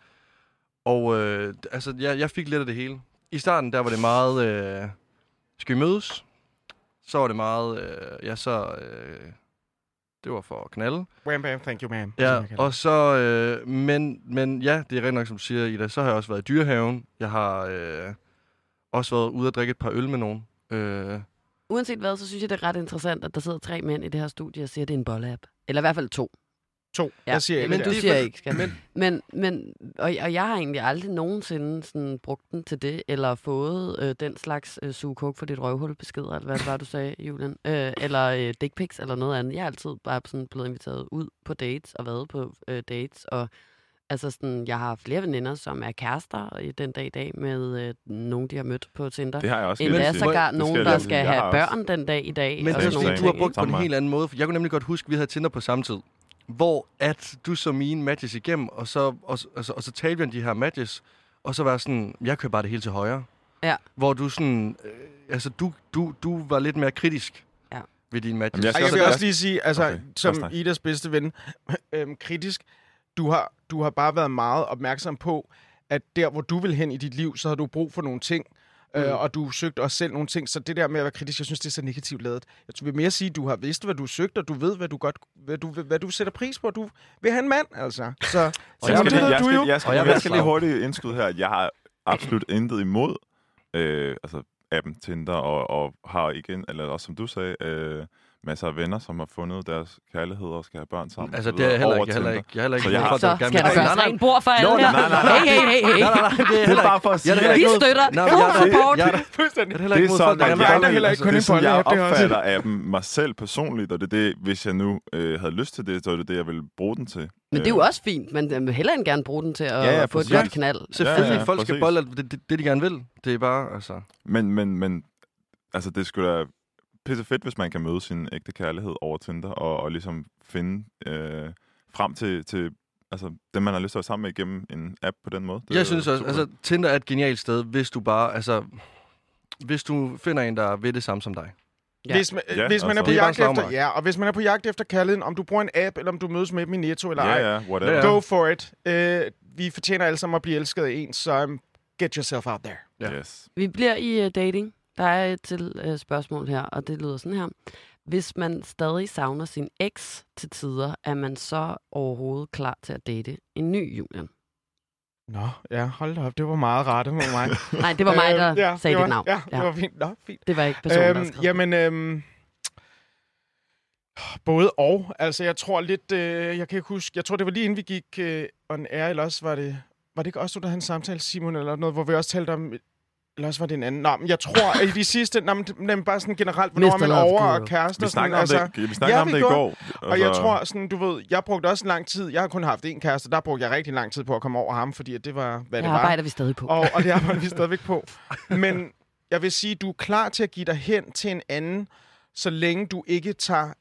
[SPEAKER 2] Og øh, altså, jeg, jeg fik lidt af det hele. I starten, der var det meget, øh, skal vi mødes? Så var det meget, øh, ja, så, øh, det var for at knalde.
[SPEAKER 3] Wham bam, thank you ma'am. som
[SPEAKER 2] Ja,
[SPEAKER 3] jeg kalder
[SPEAKER 2] og så, øh, men, men ja, det er rigtig nok, som du siger, Ida. Så har jeg også været i dyrehaven. Jeg har øh, også været ude at drikke et par øl med nogen. Øh,
[SPEAKER 1] Uanset hvad, så synes jeg, det er ret interessant, at der sidder tre mænd i det her studie og siger, at det er en bolle-app. Eller i hvert fald to.
[SPEAKER 3] To.
[SPEAKER 1] Ja.
[SPEAKER 3] Jeg siger
[SPEAKER 1] men
[SPEAKER 3] ikke
[SPEAKER 1] du
[SPEAKER 3] det.
[SPEAKER 1] siger ikke, skal. Men, men, men og, og jeg har egentlig aldrig nogensinde sådan, brugt den til det, eller fået øh, den slags øh, suge coke for dit røvhul beskeder, eller hvad det var, du sagde, Julian. Øh, eller øh, dick pics, eller noget andet. Jeg har altid bare sådan blevet inviteret ud på dates, og været på øh, dates, og altså sådan, jeg har flere veninder, som er kærester i den dag i dag, med øh, nogen, de har mødt på Tinder.
[SPEAKER 4] Det har jeg også.
[SPEAKER 1] Endda
[SPEAKER 4] gerne sige.
[SPEAKER 1] sågar
[SPEAKER 4] Det
[SPEAKER 1] nogen,
[SPEAKER 4] jeg
[SPEAKER 1] der
[SPEAKER 4] lige-
[SPEAKER 1] skal
[SPEAKER 4] jeg
[SPEAKER 1] have
[SPEAKER 4] har
[SPEAKER 1] børn den dag i dag.
[SPEAKER 2] men
[SPEAKER 1] og
[SPEAKER 2] det er
[SPEAKER 1] sådan
[SPEAKER 2] fordi,
[SPEAKER 1] nogle
[SPEAKER 2] du har
[SPEAKER 1] ting,
[SPEAKER 2] brugt
[SPEAKER 1] ikke?
[SPEAKER 2] på en
[SPEAKER 4] Samme
[SPEAKER 2] helt anden måde. For jeg kunne nemlig godt huske, at vi havde Tinder på samme tid. Hvor at du så mine matches igennem, og så, og, altså, og så talte vi om de her matches, og så var jeg sådan, jeg kører bare det hele til højre.
[SPEAKER 1] Ja.
[SPEAKER 2] Hvor du sådan, øh, altså du, du, du var lidt mere kritisk
[SPEAKER 1] Ja.
[SPEAKER 2] ved dine matches.
[SPEAKER 4] Jamen, jeg
[SPEAKER 3] Og
[SPEAKER 4] skal
[SPEAKER 3] jeg
[SPEAKER 4] også-
[SPEAKER 3] vil
[SPEAKER 4] jeg-
[SPEAKER 3] også lige sige, altså,
[SPEAKER 4] Okay,
[SPEAKER 3] okay,
[SPEAKER 4] først
[SPEAKER 3] som
[SPEAKER 4] dig.
[SPEAKER 3] Idas bedste ven, øhm, kritisk, du har, du har bare været meget opmærksom på, at der, hvor du vil hen i dit liv, så har du brug for nogle ting, mm. øh, og du søgte også selv nogle ting. Så det der med at være kritisk, jeg synes, det er så negativt lavet. Jeg vil mere sige, at du har vidst, hvad du søgte, og du ved, hvad du, godt, hvad du, hvad du sætter pris på. Du vil have en mand, altså. Så,
[SPEAKER 4] Og
[SPEAKER 3] så
[SPEAKER 4] jeg skal,
[SPEAKER 3] det
[SPEAKER 4] lige,
[SPEAKER 3] ved
[SPEAKER 4] jeg,
[SPEAKER 3] du
[SPEAKER 4] skal,
[SPEAKER 3] jo.
[SPEAKER 4] jeg, skal,
[SPEAKER 2] Og jeg
[SPEAKER 4] jeg,
[SPEAKER 2] ved
[SPEAKER 4] skal lige
[SPEAKER 2] slag.
[SPEAKER 4] hurtigt indskyde her, at jeg har absolut intet imod øh, altså appen Tinder, og, og har igen, eller også som du sagde, øh, masser af venner, som har fundet deres kærlighed og skal have børn sammen.
[SPEAKER 2] Altså,
[SPEAKER 4] og så
[SPEAKER 2] det er jeg heller
[SPEAKER 4] videre
[SPEAKER 2] ikke. Jeg er heller
[SPEAKER 4] over
[SPEAKER 2] ikke. Jeg er heller ikke.
[SPEAKER 4] Så jeg har-
[SPEAKER 2] folk,
[SPEAKER 1] Så
[SPEAKER 2] der gerne
[SPEAKER 1] skal
[SPEAKER 2] vil-
[SPEAKER 1] der
[SPEAKER 2] Nej,
[SPEAKER 1] gøres
[SPEAKER 2] nej,
[SPEAKER 1] rent bord for alle
[SPEAKER 2] Nå,
[SPEAKER 1] her.
[SPEAKER 2] nej, nej, nej.
[SPEAKER 1] Hey, hey, hey, hey.
[SPEAKER 2] Nej, nej, nej, det er
[SPEAKER 4] Det er
[SPEAKER 2] heller
[SPEAKER 4] bare
[SPEAKER 2] ikke.
[SPEAKER 4] for at
[SPEAKER 2] Jeg er
[SPEAKER 4] sige,
[SPEAKER 2] heller
[SPEAKER 1] Vi
[SPEAKER 2] ikke imod-
[SPEAKER 1] støtter.
[SPEAKER 2] Nej, men
[SPEAKER 1] Fuld
[SPEAKER 2] jeg er-
[SPEAKER 1] support.
[SPEAKER 2] jeg er- Jeg
[SPEAKER 3] Fuldstændig.
[SPEAKER 2] er heller
[SPEAKER 4] Det
[SPEAKER 2] ikke
[SPEAKER 4] er
[SPEAKER 2] imod
[SPEAKER 4] sådan,
[SPEAKER 2] folk, der
[SPEAKER 4] at
[SPEAKER 2] gerne vil
[SPEAKER 3] jeg
[SPEAKER 2] bolle.
[SPEAKER 3] er heller ikke
[SPEAKER 2] Altså,
[SPEAKER 3] kun
[SPEAKER 4] det
[SPEAKER 3] en
[SPEAKER 4] er sådan, jeg
[SPEAKER 3] bolle-app, det er også-
[SPEAKER 4] opfatter appen mig selv personligt, og det er det, hvis jeg nu øh, havde lyst til det, så er det det, jeg ville bruge den til.
[SPEAKER 1] Men det er jo også fint, men jeg vil hellere end gerne bruge den til at
[SPEAKER 4] Ja, ja,
[SPEAKER 1] få et
[SPEAKER 4] præcis.
[SPEAKER 1] godt knald.
[SPEAKER 2] Selvfølgelig,
[SPEAKER 4] Ja, ja,
[SPEAKER 2] folk skal
[SPEAKER 4] præcis.
[SPEAKER 2] bolle alt det, det, det, de gerne vil. Det er bare, altså...
[SPEAKER 4] Men, men, men altså, det skulle da pisse fedt, hvis man kan møde sin ægte kærlighed over Tinder, og, og ligesom finde øh, frem til, til altså, dem, man har lyst til at være sammen med igennem en app på den måde. Det
[SPEAKER 2] Jeg
[SPEAKER 4] er
[SPEAKER 2] synes også,
[SPEAKER 4] super.
[SPEAKER 2] altså, Tinder er et genialt sted, hvis du bare, altså... Hvis du finder en, der vil det samme som dig.
[SPEAKER 1] Ja.
[SPEAKER 3] Hvis man,
[SPEAKER 4] Ja,
[SPEAKER 3] hvis man er
[SPEAKER 4] altså.
[SPEAKER 3] på
[SPEAKER 2] Det er bare
[SPEAKER 3] jagt
[SPEAKER 2] en
[SPEAKER 3] efter,
[SPEAKER 2] slagmark.
[SPEAKER 3] ja, og hvis man er på jagt efter kærligheden, om du bruger en app, eller om du mødes med dem i Netto eller ej,
[SPEAKER 4] Ja, ja, whatever.
[SPEAKER 2] Ja,
[SPEAKER 3] go for it. Uh, vi fortjener alle sammen at blive elsket af en, så um, get yourself out there.
[SPEAKER 2] Ja.
[SPEAKER 4] Yes.
[SPEAKER 1] Vi bliver i uh, dating. Der er et til uh, spørgsmål her, og det lyder sådan her. Hvis man stadig savner sin eks til tider, er man så overhovedet klar til at date en ny Julian?
[SPEAKER 3] Nå, ja, hold da op. Det var meget rette mod mig.
[SPEAKER 1] Nej, det var mig, der
[SPEAKER 3] Øhm, ja,
[SPEAKER 1] sagde
[SPEAKER 3] det var,
[SPEAKER 1] dit navn.
[SPEAKER 3] Ja, det var fint. Nå, fint.
[SPEAKER 1] Det var ikke personen, der
[SPEAKER 3] Øhm,
[SPEAKER 1] skrev.
[SPEAKER 3] jamen, øhm, både og. Altså, jeg tror lidt, øh, jeg kan ikke huske, jeg tror, det var lige inden vi gik øh, on air, eller også var det, var det ikke også du, der havde en samtale, Simon, eller noget, hvor vi også talte om, eller også var det en anden. Nå, men jeg tror, at i de sidste, nå, men, men bare sådan generelt, hvornår er man
[SPEAKER 1] mister Love
[SPEAKER 3] over
[SPEAKER 1] Guru.
[SPEAKER 3] og kærester.
[SPEAKER 4] Vi
[SPEAKER 3] sådan,
[SPEAKER 4] snakker om
[SPEAKER 3] altså,
[SPEAKER 4] det, vi snakker
[SPEAKER 3] ja,
[SPEAKER 4] om
[SPEAKER 3] vi
[SPEAKER 4] det i
[SPEAKER 3] gjorde.
[SPEAKER 4] går.
[SPEAKER 3] Og jeg tror, sådan, du ved, jeg brugte også lang tid, jeg har kun haft én kæreste, der brugte jeg rigtig lang tid på at komme over ham, fordi at det var, hvad
[SPEAKER 1] Det
[SPEAKER 3] det var.
[SPEAKER 1] arbejder vi stadig på.
[SPEAKER 3] Og, og det arbejder vi stadigvæk på. Men jeg vil sige, du er klar til at give dig hen til en anden, så længe du ikke tager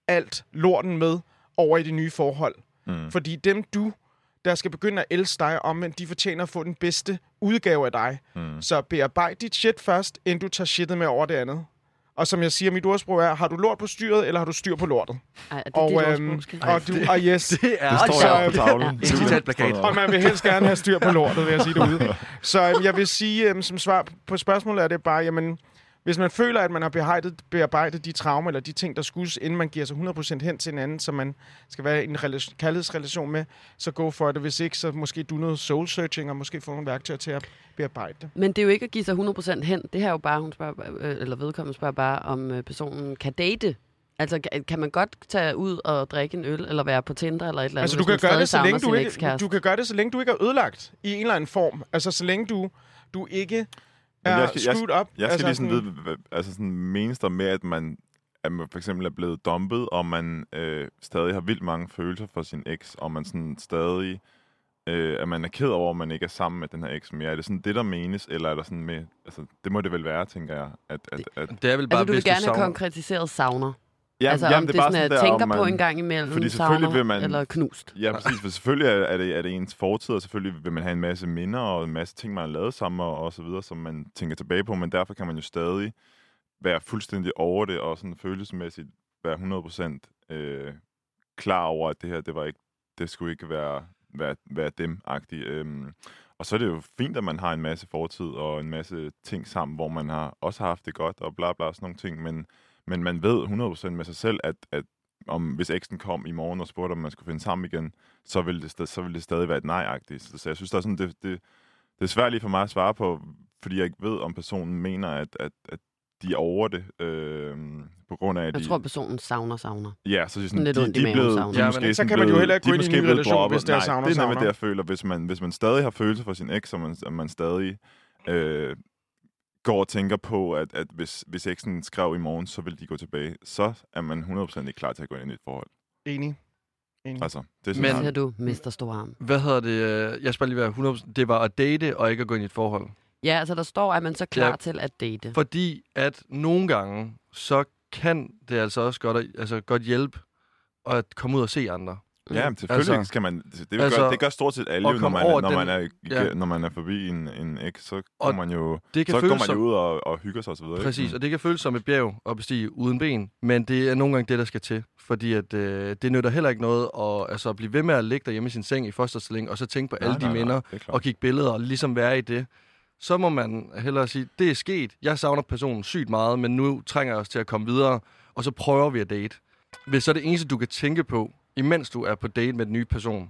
[SPEAKER 3] alt lorten med over i det nye forhold.
[SPEAKER 4] Mm.
[SPEAKER 3] Fordi dem, du, der skal begynde at elske dig omvendt, de fortjener at få den bedste udgave af dig.
[SPEAKER 4] Mm.
[SPEAKER 3] Så bearbejd dit shit først, inden du tager shitet med over det andet. Og som jeg siger, mit ordsprog er, har du lort på styret, eller har du styr på lortet?
[SPEAKER 1] Ej, er det
[SPEAKER 3] Og,
[SPEAKER 1] dit
[SPEAKER 3] øhm,
[SPEAKER 1] ordsprog, skal
[SPEAKER 3] og du, og yes.
[SPEAKER 2] Det er
[SPEAKER 4] Det står
[SPEAKER 3] så,
[SPEAKER 4] der på tavlen.
[SPEAKER 1] ja.
[SPEAKER 2] citatplakat.
[SPEAKER 3] Og man vil helst gerne have styr på lortet, vil jeg sige derude. Så øhm, jeg vil sige, øhm, som svar på spørgsmålet er det bare, jamen, hvis man føler, at man har bearbejdet, bearbejdet de traumer, eller de ting, der skyldes, inden man giver sig hundrede procent hen til en anden, som man skal være i en relation, kærlighedsrelation med, så gå for det. Hvis ikke, så måske du noget soul-searching, og måske få nogle værktøjer til at bearbejde det.
[SPEAKER 1] Men det er jo ikke at give sig hundrede procent hen. Det her er jo bare, hun spørger, øh, eller vedkommende spørger bare, om øh, personen kan date. Altså, kan, kan man godt tage ud og drikke en øl, eller være på Tinder, eller et eller andet,
[SPEAKER 3] Altså, du kan, gøre det, så længe du, ikke, du kan gøre det, så længe du ikke er ødelagt i en eller anden form. Altså, så længe du, du ikke er
[SPEAKER 4] jeg skal,
[SPEAKER 3] screwed up.
[SPEAKER 4] Jeg skal
[SPEAKER 3] altså,
[SPEAKER 4] lige sådan vide, hvad- altså sådan menes der med, at man, at man for eksempel er blevet dumpet, og man øh, stadig har vildt mange følelser for sin eks, og man sådan stadig, øh, at man er ked over, at man ikke er sammen med den her eks mere. Er det sådan det, der menes, eller er der sådan med, altså det må det vel være, tænker jeg, at... at, at
[SPEAKER 2] Det er vel bare,
[SPEAKER 1] Altså, du vil
[SPEAKER 2] hvis
[SPEAKER 1] gerne have
[SPEAKER 2] savner-
[SPEAKER 1] konkretiseret savner.
[SPEAKER 4] jamen,
[SPEAKER 1] Altså,
[SPEAKER 4] jamen,
[SPEAKER 1] om det,
[SPEAKER 4] bare
[SPEAKER 1] sådan, at
[SPEAKER 4] der,
[SPEAKER 1] tænker
[SPEAKER 4] om man,
[SPEAKER 1] på en gang imellem,
[SPEAKER 4] fordi selvfølgelig
[SPEAKER 1] savner,
[SPEAKER 4] vil man-
[SPEAKER 1] eller knust.
[SPEAKER 4] Ja, præcis, for selvfølgelig er, er, det, er det ens fortid, og selvfølgelig vil man have en masse minder, og en masse ting, man har lavet sammen, og, og så videre, som man tænker tilbage på, men derfor kan man jo stadig være fuldstændig over det, og sådan følelsesmæssigt være hundrede procent øh, klar over, at det her, det var ikke, det skulle ikke være, være, være dem-agtigt. Øhm, og så er det jo fint, at man har en masse fortid, og en masse ting sammen, hvor man har også haft det godt, og bla bla, sådan nogle ting, men, men man ved hundrede procent med sig selv, at, at om hvis eksen kom i morgen og spurgte, om man skulle finde sammen igen, så ville det, st- så ville det stadig være et nej-agtigt. Så, så jeg synes, der er sådan, det, det, det er svært lige for mig at svare på, fordi jeg ikke ved, om personen mener, at, at, at de er over det, øh, på grund af, at
[SPEAKER 1] Jeg
[SPEAKER 4] de...
[SPEAKER 1] tror, personen savner savner.
[SPEAKER 4] Ja, så sådan,
[SPEAKER 1] Lidt
[SPEAKER 4] de,
[SPEAKER 1] ondt i
[SPEAKER 4] de er
[SPEAKER 1] maven,
[SPEAKER 4] blevet,
[SPEAKER 1] savner.
[SPEAKER 4] de er
[SPEAKER 2] Ja,
[SPEAKER 4] måske
[SPEAKER 2] men
[SPEAKER 3] så
[SPEAKER 4] sådan
[SPEAKER 3] kan man jo
[SPEAKER 4] blevet-
[SPEAKER 3] heller ikke
[SPEAKER 4] de
[SPEAKER 3] gå
[SPEAKER 4] er
[SPEAKER 3] ind i en
[SPEAKER 4] måske
[SPEAKER 3] ny
[SPEAKER 4] blevet
[SPEAKER 3] relation,
[SPEAKER 4] droppet.
[SPEAKER 3] hvis det er
[SPEAKER 4] Nej,
[SPEAKER 3] savner,
[SPEAKER 4] det er nemlig
[SPEAKER 3] savner.
[SPEAKER 4] det, jeg føler. Hvis man, hvis man stadig har følelser for sin eks, og man, og man stadig øh, går og tænker på, at, at hvis, hvis eksen skrev i morgen, så vil de gå tilbage, så er man hundrede procent ikke klar til at gå ind i et forhold.
[SPEAKER 3] Enig. Enig.
[SPEAKER 4] Altså, det er sådan,
[SPEAKER 2] Men-
[SPEAKER 1] Så
[SPEAKER 4] jeg-
[SPEAKER 1] siger du, mister Storarm.
[SPEAKER 2] Hvad hedder det? øh, Jeg skal bare lige være hundrede procent. Det var at date, og ikke at gå ind i et forhold.
[SPEAKER 1] Ja, altså der står, at man så er klar
[SPEAKER 2] Ja.
[SPEAKER 1] til at date.
[SPEAKER 2] Fordi at nogle gange, så kan det altså også godt, altså godt hjælpe at komme ud og se andre.
[SPEAKER 4] Ja, men selvfølgelig
[SPEAKER 2] Altså-
[SPEAKER 4] skal man... Det, det,
[SPEAKER 2] altså,
[SPEAKER 4] gør, det gør stort set alle,
[SPEAKER 2] at
[SPEAKER 4] jo, når
[SPEAKER 2] komme
[SPEAKER 4] man,
[SPEAKER 2] over
[SPEAKER 4] når,
[SPEAKER 2] den-
[SPEAKER 4] man er,
[SPEAKER 2] ja.
[SPEAKER 4] når man er forbi en, en eks, så
[SPEAKER 2] Og
[SPEAKER 4] kommer man jo...
[SPEAKER 2] Det kan
[SPEAKER 4] Så går
[SPEAKER 2] føles
[SPEAKER 4] man
[SPEAKER 2] som,
[SPEAKER 4] jo ud og, og hygger sig og så videre.
[SPEAKER 2] præcis,
[SPEAKER 4] Ikke?
[SPEAKER 2] og det kan føles som et bjerg at bestige uden ben, men det er nogle gange det, der skal til. Fordi at, øh, det nytter heller ikke noget at, altså, at blive ved med at ligge derhjemme i sin seng i fosterstilling, og så tænke på
[SPEAKER 4] Nej,
[SPEAKER 2] alle de
[SPEAKER 4] nej, nej,
[SPEAKER 2] minder,
[SPEAKER 4] det er klart.
[SPEAKER 2] og kigge billeder, og ligesom være i det. Så må man hellere sige, det er sket, jeg savner personen sygt meget, men nu trænger jeg os til at komme videre, og så prøver vi at date. Hvis så er det eneste, du kan tænke på, imens du er på date med den nye person,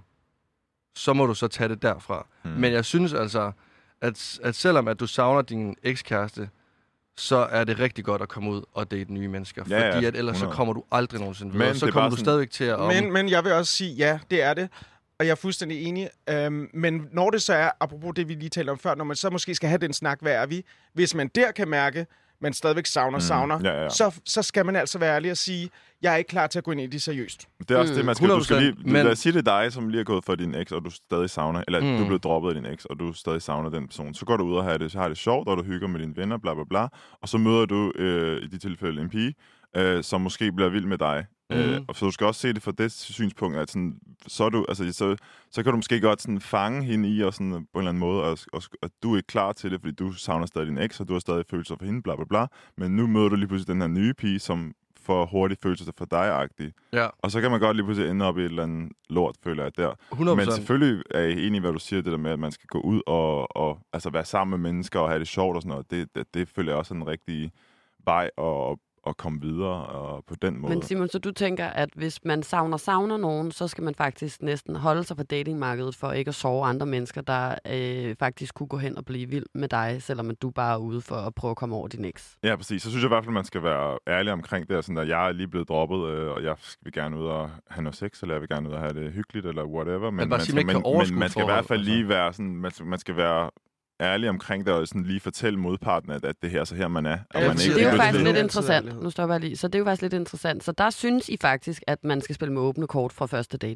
[SPEAKER 2] så må du så tage det derfra.
[SPEAKER 4] Hmm.
[SPEAKER 2] Men jeg synes altså, at, at selvom at du savner din ekskæreste, så er det rigtig godt at komme ud og date nye mennesker.
[SPEAKER 4] Ja, ja,
[SPEAKER 2] fordi at ellers så
[SPEAKER 4] hundrede.
[SPEAKER 2] kommer du aldrig nogensinde
[SPEAKER 4] Men
[SPEAKER 2] videre.
[SPEAKER 4] det
[SPEAKER 2] Så
[SPEAKER 4] er
[SPEAKER 2] kommer
[SPEAKER 4] bare
[SPEAKER 2] du
[SPEAKER 4] sådan-
[SPEAKER 2] stadigvæk til at... Om,
[SPEAKER 3] Men, men jeg vil også sige, ja, det er det. Og jeg er fuldstændig enig. Øhm, men når det så er, apropos det, vi lige talte om før, når man så måske skal have den snak, hvad er vi? Hvis man der kan mærke, man stadigvæk savner,
[SPEAKER 4] Mm,
[SPEAKER 3] savner,
[SPEAKER 4] ja, ja.
[SPEAKER 3] Så, så skal man altså være ærlig og sige, jeg er ikke klar til at gå ind i det seriøst.
[SPEAKER 4] Det er også
[SPEAKER 1] Mm.
[SPEAKER 4] det, man skal... Du skal lige, du,
[SPEAKER 2] Men-
[SPEAKER 4] men... Lad os sige, det er dig, som lige er gået for din eks, og du stadig savner... Eller
[SPEAKER 2] Mm.
[SPEAKER 4] du er blevet droppet af din eks, og du stadig savner den person. Så går du ud og har det, så har det sjovt, og du hygger med dine venner, bla bla bla. Og så møder du øh, i de tilfælde en pige, øh, som måske bliver vild med dig.
[SPEAKER 2] Mm.
[SPEAKER 4] Øh, og så du skal også se det fra det synspunkt, at sådan, så, er du, altså, så, så kan du måske godt sådan fange hende i, og sådan, på en eller anden måde, og, og, og du er ikke klar til det, fordi du savner stadig din eks, og du har stadig følelser for hende, bla bla bla. Men nu møder du lige pludselig den her nye pige, som får hurtigt følelser for dig-agtig.
[SPEAKER 2] Ja,
[SPEAKER 4] Og så kan man godt lige pludselig ende op i et eller andet lort, føler jeg, der.
[SPEAKER 2] hundrede
[SPEAKER 4] Men
[SPEAKER 2] procent.
[SPEAKER 4] selvfølgelig er jeg enig i, hvad du siger, det der med, at man skal gå ud og, og altså være sammen med mennesker og have det sjovt og sådan noget. Det, det, det føler jeg også er en rigtig vej at, at komme videre og på den måde.
[SPEAKER 1] Men Simon, så du tænker, at hvis man savner savner nogen, så skal man faktisk næsten holde sig på datingmarkedet for ikke at sove andre mennesker, der øh, faktisk kunne gå hen og blive vild med dig, selvom at du bare er ude for at prøve at komme over din eks.
[SPEAKER 4] Ja, præcis. Så synes jeg i hvert fald, man skal være ærlig omkring det, sådan at jeg er lige blevet droppet, øh, og jeg vil gerne ud og have noget sex, eller jeg vil gerne ud og have det hyggeligt, eller whatever. Men,
[SPEAKER 2] bare
[SPEAKER 4] man
[SPEAKER 2] sige,
[SPEAKER 4] skal,
[SPEAKER 2] man ikke kan
[SPEAKER 4] men,
[SPEAKER 2] overskue
[SPEAKER 4] men man skal i hvert
[SPEAKER 2] forhold,
[SPEAKER 4] fald
[SPEAKER 2] altså.
[SPEAKER 4] lige være sådan, man, skal- man skal være ærlig omkring det, og sådan lige fortælle modparten, at, at det her så her man er. Og
[SPEAKER 3] Ja,
[SPEAKER 4] man
[SPEAKER 3] præcis.
[SPEAKER 1] Så det er jo
[SPEAKER 3] Ja,
[SPEAKER 1] faktisk
[SPEAKER 3] det er
[SPEAKER 1] lidt
[SPEAKER 3] altid
[SPEAKER 1] interessant.
[SPEAKER 3] ærlighed.
[SPEAKER 1] Nu stopper jeg lige. Så det er jo faktisk lidt interessant. Så der synes I faktisk, at man skal spille med åbne kort fra første date.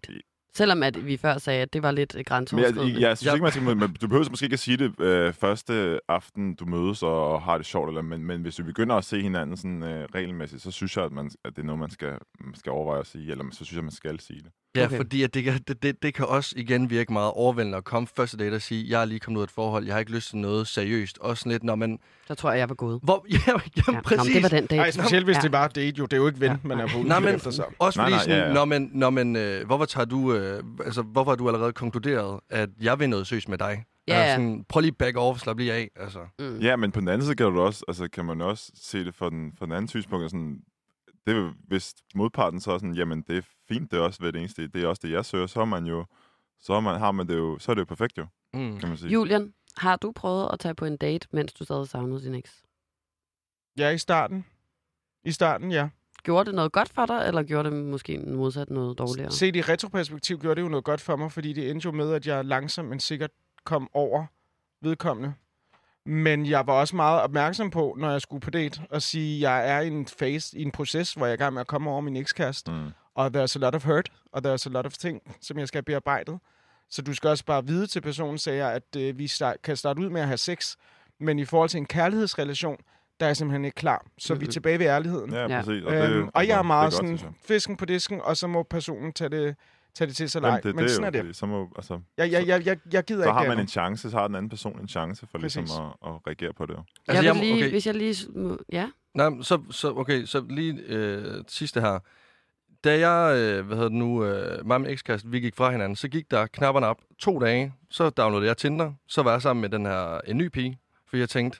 [SPEAKER 1] Selvom at vi før sagde, at det var lidt
[SPEAKER 4] Men jeg,
[SPEAKER 1] grænseoverskridende.
[SPEAKER 4] jeg, jeg synes
[SPEAKER 2] Ja.
[SPEAKER 4] ikke, man skal, man, du behøver måske ikke at sige det øh, første aften, du mødes og, og har det sjovt, eller, men, men hvis vi begynder at se hinanden sådan, øh, regelmæssigt, så synes jeg, at, man, at det er noget, man skal, man skal overveje at sige, eller så synes jeg, at man skal sige det.
[SPEAKER 2] Ja,
[SPEAKER 1] Okay.
[SPEAKER 2] fordi at det, kan, det, det, det kan også igen virke meget overvældende at komme første date og sige, jeg er lige kommet ud af et forhold, jeg har ikke lyst til noget seriøst. Også sådan lidt, når man...
[SPEAKER 1] Så tror jeg, jeg var gået.
[SPEAKER 2] Hvor, ja, ja,
[SPEAKER 1] Ja. Nå,
[SPEAKER 2] præcis.
[SPEAKER 1] men det var den dag.
[SPEAKER 3] Ej, specielt hvis
[SPEAKER 1] Ja.
[SPEAKER 3] det var date, jo. Det er jo ikke ven,
[SPEAKER 1] Ja.
[SPEAKER 3] man er på
[SPEAKER 2] Nej,
[SPEAKER 3] udkig
[SPEAKER 2] men
[SPEAKER 3] efter så.
[SPEAKER 2] også
[SPEAKER 4] Nej,
[SPEAKER 2] fordi
[SPEAKER 4] nej,
[SPEAKER 2] sådan,
[SPEAKER 4] ja, ja.
[SPEAKER 2] når man, når man øh, hvorfor tager du, øh, altså, hvorfor har du allerede konkluderet, at jeg vil noget seriøst med dig?
[SPEAKER 1] Ja,
[SPEAKER 2] Altså,
[SPEAKER 1] ja.
[SPEAKER 2] sådan, prøv lige back off, slap lige af, altså.
[SPEAKER 1] Mm.
[SPEAKER 4] Ja, men på den anden side kan, du også, altså, kan man også se det fra den, fra den anden synspunkt. Sådan, det er, jo- hvis modparten så er sådan, jamen det er fint, det er også ved det eneste, det er også det, jeg søger, så er man jo, så, er man, har man det jo, så er det jo perfekt jo,
[SPEAKER 2] Mm.
[SPEAKER 4] kan man sige.
[SPEAKER 1] Julian, har du prøvet at tage på en date, mens du stadig savnede din eks?
[SPEAKER 3] Ja, i starten. I starten, ja.
[SPEAKER 1] Gjorde det noget godt for dig, eller gjorde det måske modsat noget dårligere?
[SPEAKER 3] Set i retroperspektiv gjorde det jo noget godt for mig, fordi det endte jo med, at jeg langsomt, men sikkert kom over vedkommende. Men jeg var også meget opmærksom på, når jeg skulle på date, at sige, at jeg er i en phase, i en proces, hvor jeg er i gang med at komme over min ekskæreste.
[SPEAKER 4] Mm.
[SPEAKER 3] Og there's a lot of hurt, og there's a lot of ting, som jeg skal have bearbejdet. Så du skal også bare vide til personen, sagde jeg, at øh, vi start, kan starte ud med at have sex, men i forhold til en kærlighedsrelation, der er jeg simpelthen ikke klar. Så mm-hmm. vi er tilbage ved ærligheden.
[SPEAKER 4] Ja,
[SPEAKER 1] Ja.
[SPEAKER 4] præcis.
[SPEAKER 3] Og,
[SPEAKER 4] det,
[SPEAKER 3] øhm, og
[SPEAKER 4] altså,
[SPEAKER 3] jeg er meget
[SPEAKER 4] det
[SPEAKER 3] sådan,
[SPEAKER 4] godt, synes
[SPEAKER 3] fisken på disken, og så må personen tage det, tage det til sig
[SPEAKER 4] jeg. Jamen,
[SPEAKER 3] leg.
[SPEAKER 4] det,
[SPEAKER 3] Men
[SPEAKER 4] det
[SPEAKER 3] sådan
[SPEAKER 4] jo,
[SPEAKER 3] er det.
[SPEAKER 4] fordi Så, må, altså,
[SPEAKER 3] Jeg, jeg, jeg, jeg, jeg gider
[SPEAKER 4] så
[SPEAKER 3] ikke
[SPEAKER 4] har man
[SPEAKER 3] andet.
[SPEAKER 4] en chance, så har den anden person en chance for ligesom
[SPEAKER 3] Præcis.
[SPEAKER 4] at, at reagere på det. Jo.
[SPEAKER 1] Jeg
[SPEAKER 2] jeg
[SPEAKER 1] vil
[SPEAKER 2] må-
[SPEAKER 1] lige,
[SPEAKER 2] okay.
[SPEAKER 1] hvis jeg lige... må- Ja?
[SPEAKER 2] Nej, men så, så, okay, så lige øh, sidste her. Da jeg, øh, hvad hedder det nu, øh, mig og min ekskæreste, vi gik fra hinanden, så gik der knapperne op to dage, så downloadede jeg Tinder, så var jeg sammen med den her, en ny pige, fordi jeg tænkte,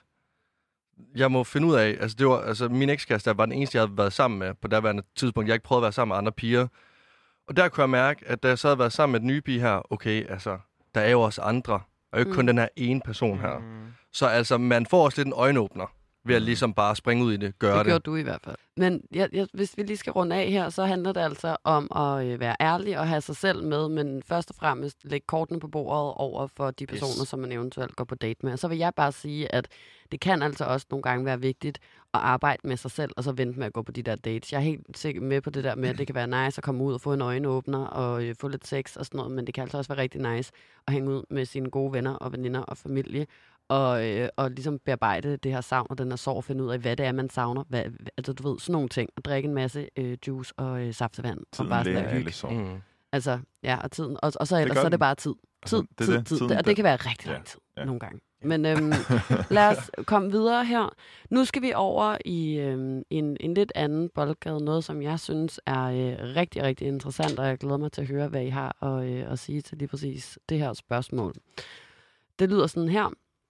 [SPEAKER 2] jeg må finde ud af, altså det var, altså min ekskæreste var den eneste, jeg havde været sammen med på daværende tidspunkt. Jeg har ikke prøvet at være sammen med andre piger. Og der kunne jeg mærke, at da jeg så havde været sammen med den nye pige her, okay, altså, der er jo også andre, og ikke
[SPEAKER 1] Mm.
[SPEAKER 2] kun den her ene person her.
[SPEAKER 3] Mm.
[SPEAKER 2] Så altså, man får også lidt en øjenåbner, ved at
[SPEAKER 4] Mm.
[SPEAKER 2] ligesom bare springe ud i det, gøre
[SPEAKER 1] Det
[SPEAKER 2] det.
[SPEAKER 1] gjorde du i hvert fald. Men jeg, jeg, hvis vi lige skal runde af her, så handler det altså om at øh, være ærlig og have sig selv med, men først og fremmest lægge kortene på bordet over for de personer,
[SPEAKER 3] Yes.
[SPEAKER 1] som man eventuelt går på date med. Og så vil jeg bare sige, at det kan altså også nogle gange være vigtigt at arbejde med sig selv, og så vente med at gå på de der dates. Jeg er helt sikker med på det der med, at det kan være nice at komme ud og få en øjenåbner og øh, få lidt sex og sådan noget, men det kan altså også være rigtig nice at hænge ud med sine gode venner og veninder og familie, og, øh, og ligesom bearbejde det her savn og den her sorg, og finde ud af, hvad det er, man savner. Hvad, altså, du ved, sådan nogle ting. Og drikke en masse øh, juice og øh, saftevand. Og
[SPEAKER 4] Tiden
[SPEAKER 1] bare sådan
[SPEAKER 4] læger
[SPEAKER 1] at hygge.
[SPEAKER 4] alle så.
[SPEAKER 2] Mm.
[SPEAKER 1] Altså, ja, og tiden. Og, og så ellers,
[SPEAKER 4] gør
[SPEAKER 1] så er det
[SPEAKER 4] den.
[SPEAKER 1] bare tid. Tid,
[SPEAKER 4] Altså, det er
[SPEAKER 1] tid,
[SPEAKER 4] det.
[SPEAKER 1] tid.
[SPEAKER 4] Tiden,
[SPEAKER 1] Det, og det
[SPEAKER 4] den-
[SPEAKER 1] kan være rigtig
[SPEAKER 4] Ja,
[SPEAKER 1] lang tid,
[SPEAKER 4] ja.
[SPEAKER 1] nogle gange. Men øhm, lad os komme videre her. Nu skal vi over i øhm, en, en lidt anden boldgade. Noget, som jeg synes er øh, rigtig, rigtig interessant, og jeg glæder mig til at høre, hvad I har at, øh, at sige til lige præcis det her spørgsmål. Det lyder sådan her.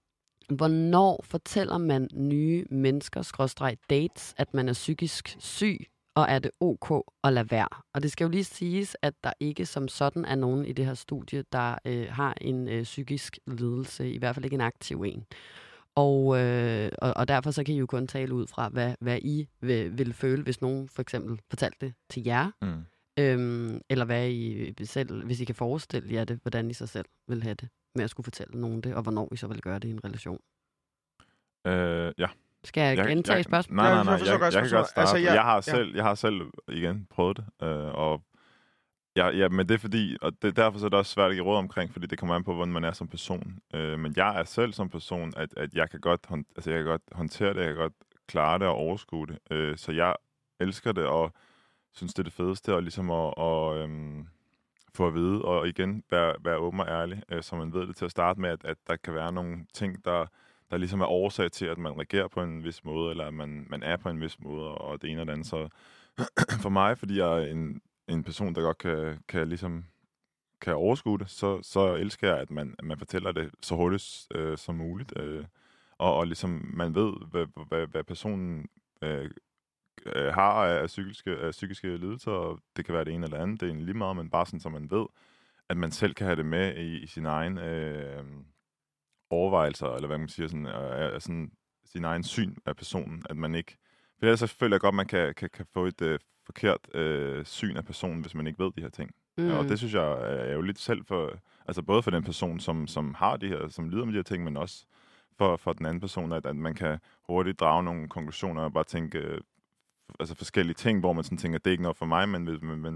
[SPEAKER 1] Hvornår fortæller man nye mennesker, skråstreg dates, at man er psykisk syg, og er det ok at lade være? Og det skal jo lige siges, at der ikke som sådan er nogen i det her studie, der øh, har en øh, psykisk lidelse, i hvert fald ikke en aktiv en. Og, øh, og, og derfor så kan I jo kun tale ud fra, hvad, hvad I vil, vil føle, hvis nogen for eksempel fortalte det til jer,
[SPEAKER 4] Mm.
[SPEAKER 1] øhm, eller hvad I selv, hvis I kan forestille jer det, hvordan I sig selv vil have det med at skulle fortælle nogen det, og hvornår I så vil gøre det i en relation.
[SPEAKER 4] Øh, ja.
[SPEAKER 1] Skal jeg, jeg gentage spørgsmålet?
[SPEAKER 4] Nej, nej,
[SPEAKER 3] Jeg
[SPEAKER 4] nej.
[SPEAKER 3] forstår
[SPEAKER 4] Jeg,
[SPEAKER 3] godt
[SPEAKER 4] jeg, jeg kan godt
[SPEAKER 3] spørgsmålet.
[SPEAKER 4] starte.
[SPEAKER 3] Altså,
[SPEAKER 4] Altså,
[SPEAKER 3] jeg-
[SPEAKER 4] jeg, jeg, har
[SPEAKER 3] ja.
[SPEAKER 4] selv, jeg har selv igen prøvet det. Øh, og ja, ja, men det er fordi, og det, derfor så er det også svært at give råd omkring, fordi det kommer an på, hvordan man er som person. Øh, men jeg er selv som person, at, at jeg, kan godt, hånd, altså, jeg kan godt håndtere det, jeg kan godt klare det og overskue det. Øh, så jeg elsker det, og synes, det er det fedeste, og ligesom at, og, øhm, få at vide, og igen være, være åben og ærlig, øh, så man ved det til at starte med, at, at der kan være nogle ting, der, der ligesom er årsag til, at man reagerer på en vis måde, eller at man, man er på en vis måde, og det ene og det andet. Så for mig, fordi jeg er en, en person, der godt kan, kan, ligesom, kan overskue det, så, så elsker jeg, at man, at man fortæller det så hurtigt øh, som muligt, øh, og, og ligesom man ved, hvad, hvad, hvad personen øh, øh, har af psykiske, af psykiske lidelser, og det kan være det ene eller andet, det er egentlig lige meget, men bare sådan, så man ved, at man selv kan have det med i, i sin egen øh, overvejelser, eller hvad man siger, sådan, øh, sådan, sin egen syn af personen, at man ikke... For ellers så føler jeg godt, at man kan, kan, kan få et øh, forkert øh, syn af personen, hvis man ikke ved de her ting. Mm. Og det synes jeg er jo lidt selv for... Altså både for den person, som, som har de her, som lider med de her ting, men også for, for den anden person, at, at man kan hurtigt drage nogle konklusioner og bare tænke... Øh, altså forskellige ting, hvor man sådan tænker, at det er ikke noget for mig, men, men, men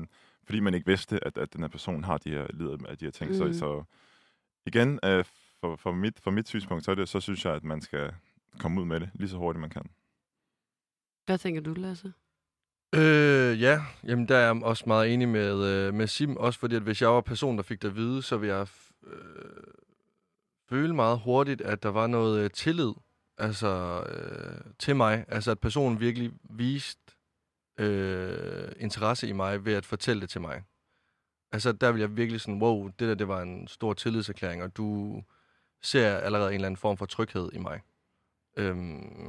[SPEAKER 4] fordi man ikke vidste, at, at den her person har de her, lider af de her ting.
[SPEAKER 1] Mm.
[SPEAKER 4] Så, så igen, øh, for, for, mit, for mit synspunkt, så, er det, så synes jeg, at man skal komme ud med det lige så hurtigt, man kan.
[SPEAKER 1] Hvad tænker du, Lasse?
[SPEAKER 2] Øh, ja, jamen der er jeg også meget enig med, øh, med Sim, også fordi, at hvis jeg var person, der fik det at vide, så ville jeg øh, føle meget hurtigt, at der var noget øh, tillid altså, øh, til mig. Altså, at personen virkelig viste øh, interesse i mig ved at fortælle det til mig. Altså, der ville jeg virkelig sådan, wow, det der, det var en stor tillidserklæring, og du ser allerede en eller anden form for tryghed i mig. Øhm,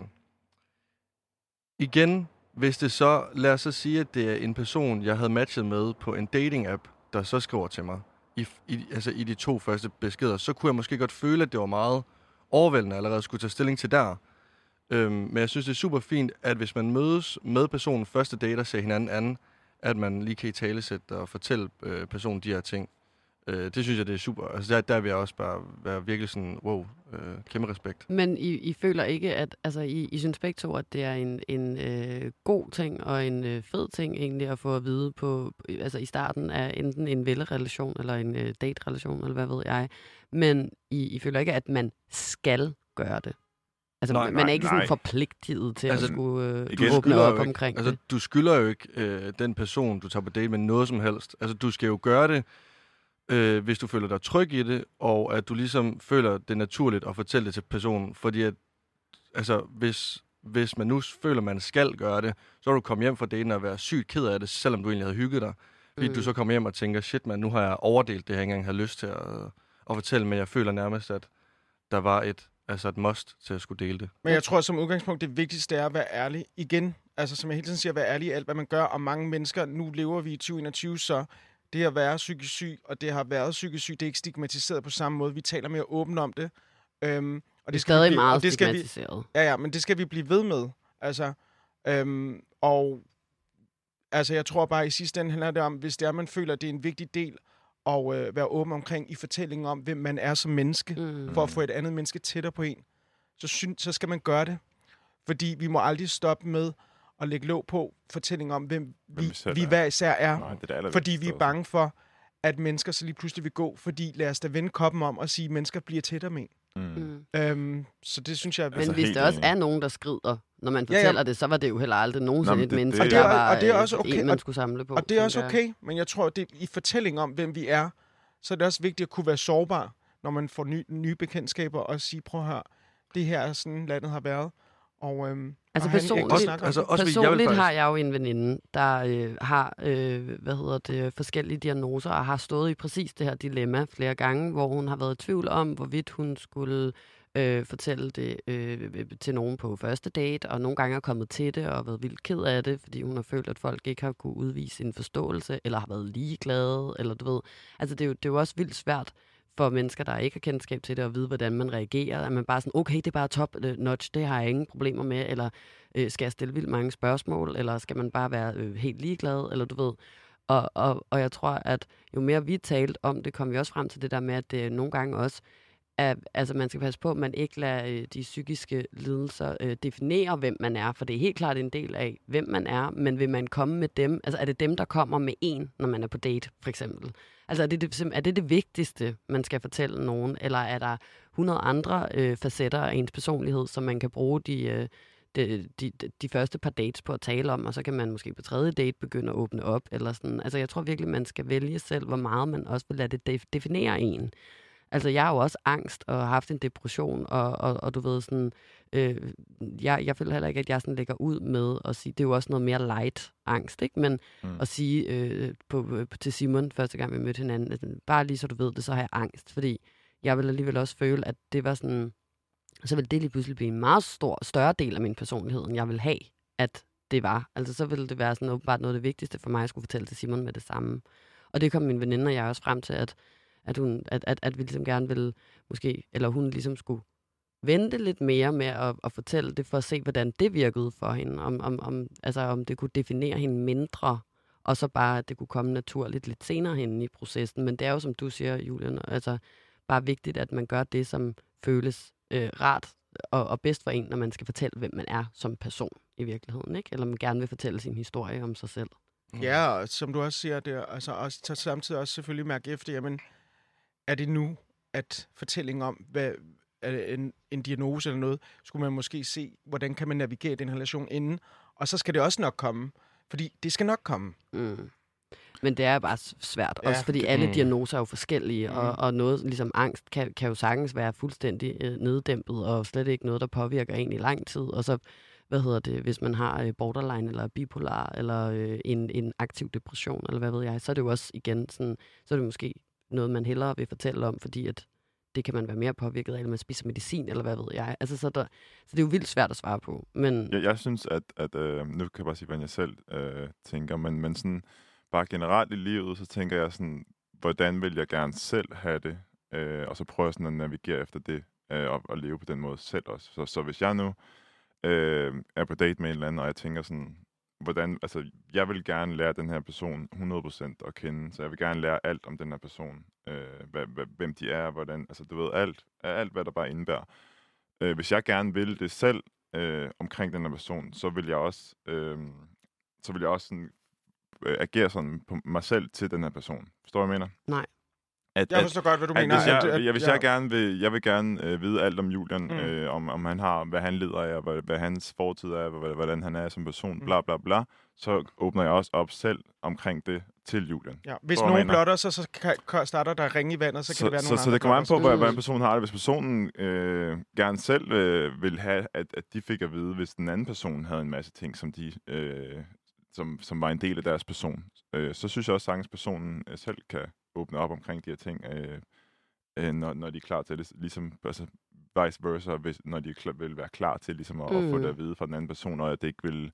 [SPEAKER 2] igen, hvis det så, lad os så sige, at det er en person, jeg havde matchet med på en dating-app, der så skriver til mig, i, i, altså i de to første beskeder, så kunne jeg måske godt føle, at det var meget overvældende, allerede skulle tage stilling til der. Øhm, men jeg synes, det er super fint, at hvis man mødes med personen første date og ser hinanden anden, at man lige kan i talesætte og fortælle øh, personen de her ting. Øh, det synes jeg, det er super. Altså der, der vil jeg også bare være virkelig sådan, wow, øh, kæmpe respekt.
[SPEAKER 1] Men I, I føler ikke, at altså, I, I synes begge to, at det er en, en øh, god ting og en øh, fed ting egentlig at få at vide på, altså i starten af enten en velrelation eller en øh, date-relation, eller hvad ved jeg. Men I, I føler ikke, at man skal gøre det? Altså,
[SPEAKER 2] Nej,
[SPEAKER 1] man
[SPEAKER 4] nej,
[SPEAKER 1] er ikke
[SPEAKER 4] nej.
[SPEAKER 1] sådan forpligtet til
[SPEAKER 2] Altså,
[SPEAKER 1] at skulle øh,
[SPEAKER 4] igen,
[SPEAKER 1] åbne
[SPEAKER 2] skylder
[SPEAKER 1] op
[SPEAKER 2] jo ikke-
[SPEAKER 1] omkring
[SPEAKER 2] Altså,
[SPEAKER 1] det.
[SPEAKER 2] du skylder jo ikke øh, den person, du tager på date med noget som helst. Altså, du skal jo gøre det, øh, hvis du føler dig tryg i det, og at du ligesom føler det naturligt at fortælle det til personen. Fordi at, altså, hvis, hvis man nu føler, man skal gøre det, så vil du komme hjem fra daten og være sygt ked af det, selvom du egentlig havde hygget dig. Fordi
[SPEAKER 1] Mm.
[SPEAKER 2] mm. du så kommer hjem og tænker, shit man, nu har jeg overdelt det, jeg ikke engang har lyst til at, at fortælle, men jeg føler nærmest, at der var et, altså et must til at skulle dele det.
[SPEAKER 3] Men jeg tror som udgangspunkt, det vigtigste er at være ærlig igen. Altså som jeg hele tiden siger, at være ærlig i alt, hvad man gør. Og mange mennesker, nu lever vi i tyve enogtyve, så det at være psykisk syg, og det har været psykisk syg, det er ikke stigmatiseret på samme måde. Vi taler mere åbent om det. Øhm, og
[SPEAKER 1] Det er
[SPEAKER 3] skal vi
[SPEAKER 1] stadig
[SPEAKER 3] blive-
[SPEAKER 1] meget
[SPEAKER 3] og det skal vi,
[SPEAKER 1] stigmatiseret.
[SPEAKER 3] Ja, ja, men det skal vi blive ved med. Altså, øhm, og altså, jeg tror bare, i sidste ende handler det om, hvis det er, man føler, at det er en vigtig del at øh, være åben omkring i fortællingen om, hvem man er som menneske,
[SPEAKER 1] Mm.
[SPEAKER 3] for at få et andet menneske tættere på en, så, synes, så skal man gøre det. Fordi vi må aldrig stoppe med at lægge låg på fortællingen om, hvem vi,
[SPEAKER 4] vi selv
[SPEAKER 3] vi
[SPEAKER 4] er.
[SPEAKER 3] hver især er.
[SPEAKER 4] Nej, det er det allervigtigste
[SPEAKER 3] Fordi vi er
[SPEAKER 4] også.
[SPEAKER 3] bange for, at mennesker så lige pludselig vil gå. Fordi lad os da vende koppen om og sige, at mennesker bliver tættere med en.
[SPEAKER 4] Mm.
[SPEAKER 1] Mm.
[SPEAKER 3] Øhm, så det synes jeg...
[SPEAKER 1] Men
[SPEAKER 4] Altså,
[SPEAKER 1] hvis
[SPEAKER 4] helt
[SPEAKER 1] der også
[SPEAKER 4] enig.
[SPEAKER 1] er nogen, der skrider, når man
[SPEAKER 3] Ja, ja.
[SPEAKER 1] fortæller det, så var det jo heller aldrig nogensinde
[SPEAKER 4] Nå, men
[SPEAKER 1] et
[SPEAKER 4] det-
[SPEAKER 1] menneske,
[SPEAKER 4] det-
[SPEAKER 1] der
[SPEAKER 3] Og det er-
[SPEAKER 1] var
[SPEAKER 3] og det er
[SPEAKER 1] øh,
[SPEAKER 3] også okay,
[SPEAKER 1] en, man
[SPEAKER 3] og-
[SPEAKER 1] skulle samle på.
[SPEAKER 3] Og det er også
[SPEAKER 1] tænker jeg.
[SPEAKER 3] okay, men jeg tror, det i fortællingen om, hvem vi er, så er det også vigtigt at kunne være sårbar, når man får ny, nye bekendtskaber, og sige, prøv at høre, det her er sådan, landet har været. Og, øhm,
[SPEAKER 1] Altså
[SPEAKER 3] og have en ægte
[SPEAKER 1] personligt-
[SPEAKER 3] snak om
[SPEAKER 2] altså,
[SPEAKER 3] det.
[SPEAKER 2] også fordi jeg vil
[SPEAKER 1] Personligt
[SPEAKER 2] faktisk-
[SPEAKER 1] har jeg jo en veninde, der øh, har øh, hvad hedder det, forskellige diagnoser, og har stået i præcis det her dilemma flere gange, hvor hun har været i tvivl om, hvorvidt hun skulle øh, fortælle det øh, til nogen på første date, og nogle gange er kommet til det og været vildt ked af det, fordi hun har følt, at folk ikke har kunne udvise en forståelse, eller har været ligeglade, eller du ved. Altså det er jo, det er jo også vildt svært for mennesker, der ikke har kendskab til det, at vide, hvordan man reagerer. At man bare sådan, okay, det er bare top notch, det har jeg ingen problemer med, eller øh, skal jeg stille vildt mange spørgsmål, eller skal man bare være øh, helt ligeglad, eller du ved. Og, og, og jeg tror, at jo mere vi talte om det, kom vi også frem til det der med, at det nogle gange også at, altså man skal passe på, at man ikke lader øh, de psykiske lidelser øh, definere, hvem man er, for det er helt klart en del af, hvem man er, men vil man komme med dem, altså er det dem, der kommer med en, når man er på date, for eksempel? Altså er det det, er det, det vigtigste, man skal fortælle nogen, eller er der hundrede andre øh, facetter af ens personlighed, som man kan bruge de, øh, de, de, de første par dates på at tale om, og så kan man måske på tredje date begynde at åbne op, eller sådan. Altså jeg tror virkelig, man skal vælge selv, hvor meget man også vil lade det def- definere en. Altså, jeg har jo også angst og har haft en depression, og, og, og du ved sådan, øh, jeg, jeg føler heller ikke, at jeg sådan lægger ud med at sige, det er jo også noget mere light angst, ikke? Men mm. at sige øh, på, på, til Simon, første gang vi mødte hinanden, at bare lige så du ved det, så har jeg angst, fordi jeg vil alligevel også føle, at det var sådan, så vil det lige pludselig blive en meget stor, større del af min personlighed, end jeg vil have, at det var. Altså, så ville det være sådan åbenbart noget af det vigtigste for mig, at skulle fortælle til Simon med det samme. Og det kom min veninde og jeg også frem til, at At, hun, at, at, at vi ligesom gerne ville, måske, eller hun ligesom skulle vente lidt mere med at, at fortælle det, for at se, hvordan det virkede for hende. Om, om, om, altså, om det kunne definere hende mindre, og så bare, at det kunne komme naturligt lidt senere hen i processen. Men det er jo, som du siger, Julian, altså bare vigtigt, at man gør det, som føles øh, rart og, og bedst for en, når man skal fortælle, hvem man er som person i virkeligheden, ikke? Eller man gerne vil fortælle sin historie om sig selv.
[SPEAKER 3] Ja, og som du også siger, det er, altså også, tager samtidig også selvfølgelig mærke efter, jamen, er det nu, at fortællingen om, hvad er en, en diagnose eller noget, skulle man måske se, hvordan kan man navigere den relation inden, og så skal det også nok komme, fordi det skal nok komme.
[SPEAKER 1] Mm. Men det er bare svært,
[SPEAKER 3] Ja,
[SPEAKER 1] også fordi
[SPEAKER 3] det-
[SPEAKER 1] alle
[SPEAKER 2] mm.
[SPEAKER 1] diagnoser er jo forskellige,
[SPEAKER 3] Mm.
[SPEAKER 1] og, og noget ligesom angst kan, kan jo sagtens være fuldstændig øh, neddæmpet, og slet ikke noget, der påvirker en i lang tid. Og så, hvad hedder det, hvis man har øh, borderline, eller bipolar, eller øh, en, en aktiv depression, eller hvad ved jeg, så er det jo også igen sådan, så er det måske noget, man hellere vil fortælle om, fordi at det kan man være mere påvirket af, eller man spiser medicin, eller hvad ved jeg. Altså, så, der, så det er jo vildt svært at svare på. Men
[SPEAKER 4] Jeg, jeg synes, at, at øh, nu kan jeg bare sige, hvad jeg selv øh, tænker, men, men sådan, bare generelt i livet, så tænker jeg sådan, hvordan vil jeg gerne selv have det, øh, og så prøver jeg sådan at navigere efter det, øh, og, og leve på den måde selv også. Så, så hvis jeg nu øh, er på date med en eller anden, og jeg tænker sådan, hvordan, altså, jeg vil gerne lære den her person hundrede procent at kende, så jeg vil gerne lære alt om den her person, øh, hvad, hvad, hvem de er, hvordan, altså du ved, alt, alt hvad der bare indebærer. Øh, hvis jeg gerne vil det selv øh, omkring den her person, så vil jeg også, øh, så vil jeg også sådan, øh, agere sådan på mig selv til den her person. Forstår du, hvad jeg mener?
[SPEAKER 1] Nej.
[SPEAKER 4] At,
[SPEAKER 3] Jeg
[SPEAKER 4] at,
[SPEAKER 3] forstår godt, hvad du
[SPEAKER 4] at,
[SPEAKER 3] mener.
[SPEAKER 4] hvis jeg,
[SPEAKER 3] at, at,
[SPEAKER 4] jeg, hvis
[SPEAKER 3] ja.
[SPEAKER 4] jeg gerne vil, jeg vil gerne øh, vide alt om Julian,
[SPEAKER 3] Mm.
[SPEAKER 4] øh, om, om han har, hvad han lider af, og hvad, hvad hans fortid er, hvad, hvordan han er som person,
[SPEAKER 3] Mm.
[SPEAKER 4] bla bla bla, så åbner jeg også op selv omkring det til Julian.
[SPEAKER 3] Ja. Hvis
[SPEAKER 4] Hvor
[SPEAKER 3] nogen
[SPEAKER 4] mener.
[SPEAKER 3] blotter sig, så kan, kan, starter der ringe i vandet, så kan
[SPEAKER 4] Så,
[SPEAKER 3] det være
[SPEAKER 4] så,
[SPEAKER 3] nogle
[SPEAKER 4] så
[SPEAKER 3] andre
[SPEAKER 4] det kommer an på,
[SPEAKER 3] blotter.
[SPEAKER 4] hvad,
[SPEAKER 1] Mm.
[SPEAKER 4] hvad en person har det. Hvis personen øh, gerne selv øh, vil have, at, at de fik at vide, hvis den anden person havde en masse ting, som, de, øh, som, som var en del af deres person, øh, så synes jeg også, at personen øh, selv kan åbne op omkring de her ting, øh, øh, når, når de er klar til det. Ligesom altså, vice versa, hvis, når de klar, vil være klar til ligesom, at, mm. at få
[SPEAKER 1] Mm.
[SPEAKER 4] det at vide fra den anden person, og at det ikke vil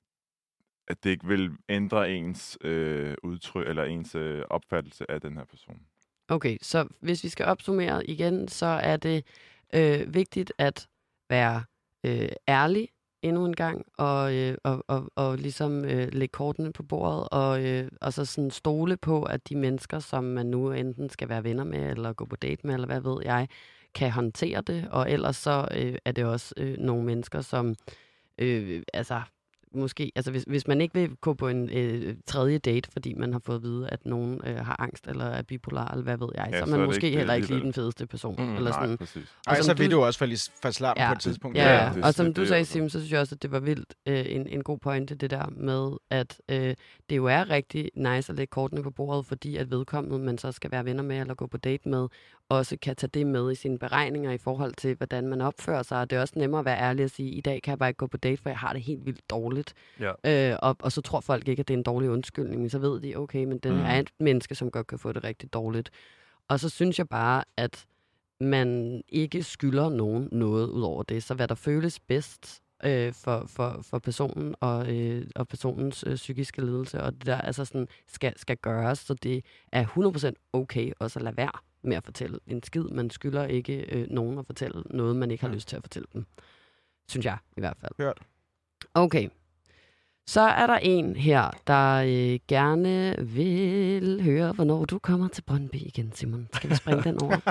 [SPEAKER 4] at det ikke vil ændre ens øh, udtryk eller ens øh, opfattelse af den her person.
[SPEAKER 1] okay, så hvis vi skal opsummere igen, så er det øh, vigtigt at være øh, ærlig endnu en gang, og, øh, og, og, og ligesom øh, lægge kortene på bordet, og, øh, og så sådan stole på, at de mennesker, som man nu enten skal være venner med, eller gå på date med, eller hvad ved jeg, kan håndtere det, og ellers så øh, er det også øh, nogle mennesker, som øh, altså måske, altså hvis, hvis man ikke vil gå på en øh, tredje date, fordi man har fået at vide, at nogen øh, har angst eller er bipolar, eller hvad ved jeg,
[SPEAKER 4] Ja,
[SPEAKER 1] så er
[SPEAKER 4] så
[SPEAKER 1] man
[SPEAKER 4] er det
[SPEAKER 1] måske
[SPEAKER 4] ikke det
[SPEAKER 1] heller ikke lige
[SPEAKER 4] alligevel.
[SPEAKER 1] den fedeste person.
[SPEAKER 2] Mm,
[SPEAKER 1] eller sådan.
[SPEAKER 4] Nej, præcis.
[SPEAKER 3] Ej,
[SPEAKER 1] Og
[SPEAKER 3] så
[SPEAKER 1] som
[SPEAKER 3] vil
[SPEAKER 1] du-
[SPEAKER 3] du også falde i- falde slam
[SPEAKER 1] Ja.
[SPEAKER 3] på et tidspunkt.
[SPEAKER 1] Ja, ja.
[SPEAKER 4] det-
[SPEAKER 1] og som
[SPEAKER 4] det-
[SPEAKER 1] du
[SPEAKER 4] det er
[SPEAKER 1] sagde,
[SPEAKER 4] jo-
[SPEAKER 1] Sim, så synes jeg også, at det var vildt øh, en, en god pointe, det der med, at øh, det jo er rigtig nice at lægge kortene på bordet, fordi at vedkommende, man så skal være venner med eller gå på date med, også kan tage det med i sine beregninger i forhold til, hvordan man opfører sig. Og det er også nemmere at være ærlig og sige, i dag kan jeg bare ikke gå på date, for jeg har det helt vildt dårligt.
[SPEAKER 2] Ja.
[SPEAKER 1] Øh, og, og så tror folk ikke, at det er en dårlig undskyldning, men så ved de, okay, men den
[SPEAKER 4] Mm.
[SPEAKER 1] er et menneske, som godt kan få det rigtig dårligt. Og så synes jeg bare, at man ikke skylder nogen noget ud over det. Så hvad der føles bedst øh, for, for, for personen og, øh, og personens øh, psykiske lidelse, og det der altså sådan, skal, skal gøres, så det er hundrede procent okay også at lade være med at fortælle en skid. Man skylder ikke øh, nogen at fortælle noget, man ikke har
[SPEAKER 3] Ja.
[SPEAKER 1] lyst til at fortælle dem. Synes jeg i hvert fald.
[SPEAKER 3] Hørt.
[SPEAKER 1] Okay. Så er der en her, der øh, gerne vil høre, hvornår du kommer til Brøndby igen, Simon. Skal vi springe den over?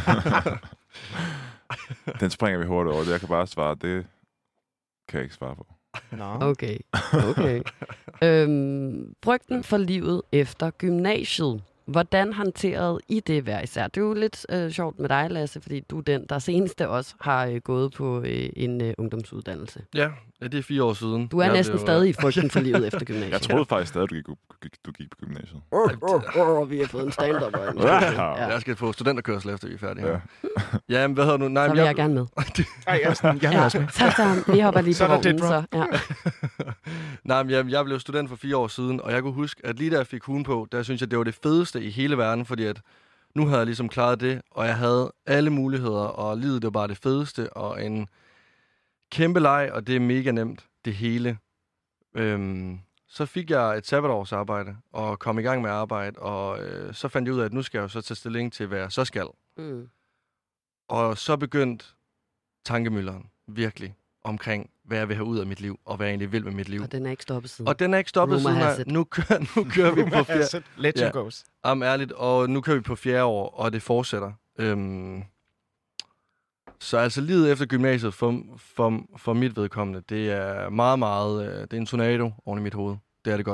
[SPEAKER 4] Den springer vi hurtigt over. Jeg kan bare svare, det kan jeg ikke svare på.
[SPEAKER 3] Nå.
[SPEAKER 1] Okay, okay. øhm, frygten for livet efter gymnasiet. Hvordan håndterede I det hver især? Det er jo lidt øh, sjovt med dig, Lasse, fordi du er den, der seneste også har øh, gået på øh, en øh, ungdomsuddannelse.
[SPEAKER 2] Ja, ja, det er fire år siden.
[SPEAKER 1] Du er
[SPEAKER 2] Jeg
[SPEAKER 1] næsten
[SPEAKER 2] blev,
[SPEAKER 1] stadig i frygten for livet efter gymnasiet.
[SPEAKER 4] Jeg troede faktisk stadig, du gik, gik, du gik på gymnasiet.
[SPEAKER 1] Oh, oh, oh, vi har fået en stand-up.
[SPEAKER 4] Ja.
[SPEAKER 2] Jeg skal få studenterkørsel efter vi er færdige
[SPEAKER 4] Ja.
[SPEAKER 2] her. Ja, men hvad hedder du? Nej,
[SPEAKER 1] Så
[SPEAKER 2] men
[SPEAKER 1] vil jeg gerne med.
[SPEAKER 3] Ej, jeg, er sådan, jeg er også med.
[SPEAKER 1] så, så, vi hopper lige
[SPEAKER 3] Så
[SPEAKER 1] på
[SPEAKER 3] er der
[SPEAKER 1] vognen.
[SPEAKER 3] det
[SPEAKER 1] Så, ja.
[SPEAKER 2] Nej, men jeg, jeg blev student for fire år siden, og jeg kunne huske, at lige da jeg fik hugen på, der synes jeg, det var det fedeste i hele verden, fordi at nu havde jeg ligesom klaret det, og jeg havde alle muligheder, og livet det var bare det fedeste, og en kæmpe leg, og det er mega nemt, det hele. Øhm, så fik jeg et sabbatårsarbejde, og kom i gang med at arbejde, og øh, så fandt jeg ud af, at nu skal jeg jo så tage stilling til, hvad jeg så skal.
[SPEAKER 1] Mm.
[SPEAKER 2] Og så begyndte tankemølleren virkelig omkring, hvad jeg vil have ud af mit liv, og hvad jeg egentlig vil med mit liv.
[SPEAKER 1] Og den er ikke stoppet siden.
[SPEAKER 2] Og den er ikke stoppet
[SPEAKER 1] Rumor
[SPEAKER 2] siden
[SPEAKER 1] has
[SPEAKER 2] af.
[SPEAKER 1] it.
[SPEAKER 2] Nu kører, nu kører vi på fjerde...
[SPEAKER 3] Let you
[SPEAKER 2] Ja.
[SPEAKER 3] goes.
[SPEAKER 2] Jamen ærligt, og nu kører vi på fjerde år, og det fortsætter. Øhm, så altså livet efter gymnasiet, for, for, for mit vedkommende, det er meget, meget... Øh, det er en tornado oven i mit hoved. Det er det godt nok.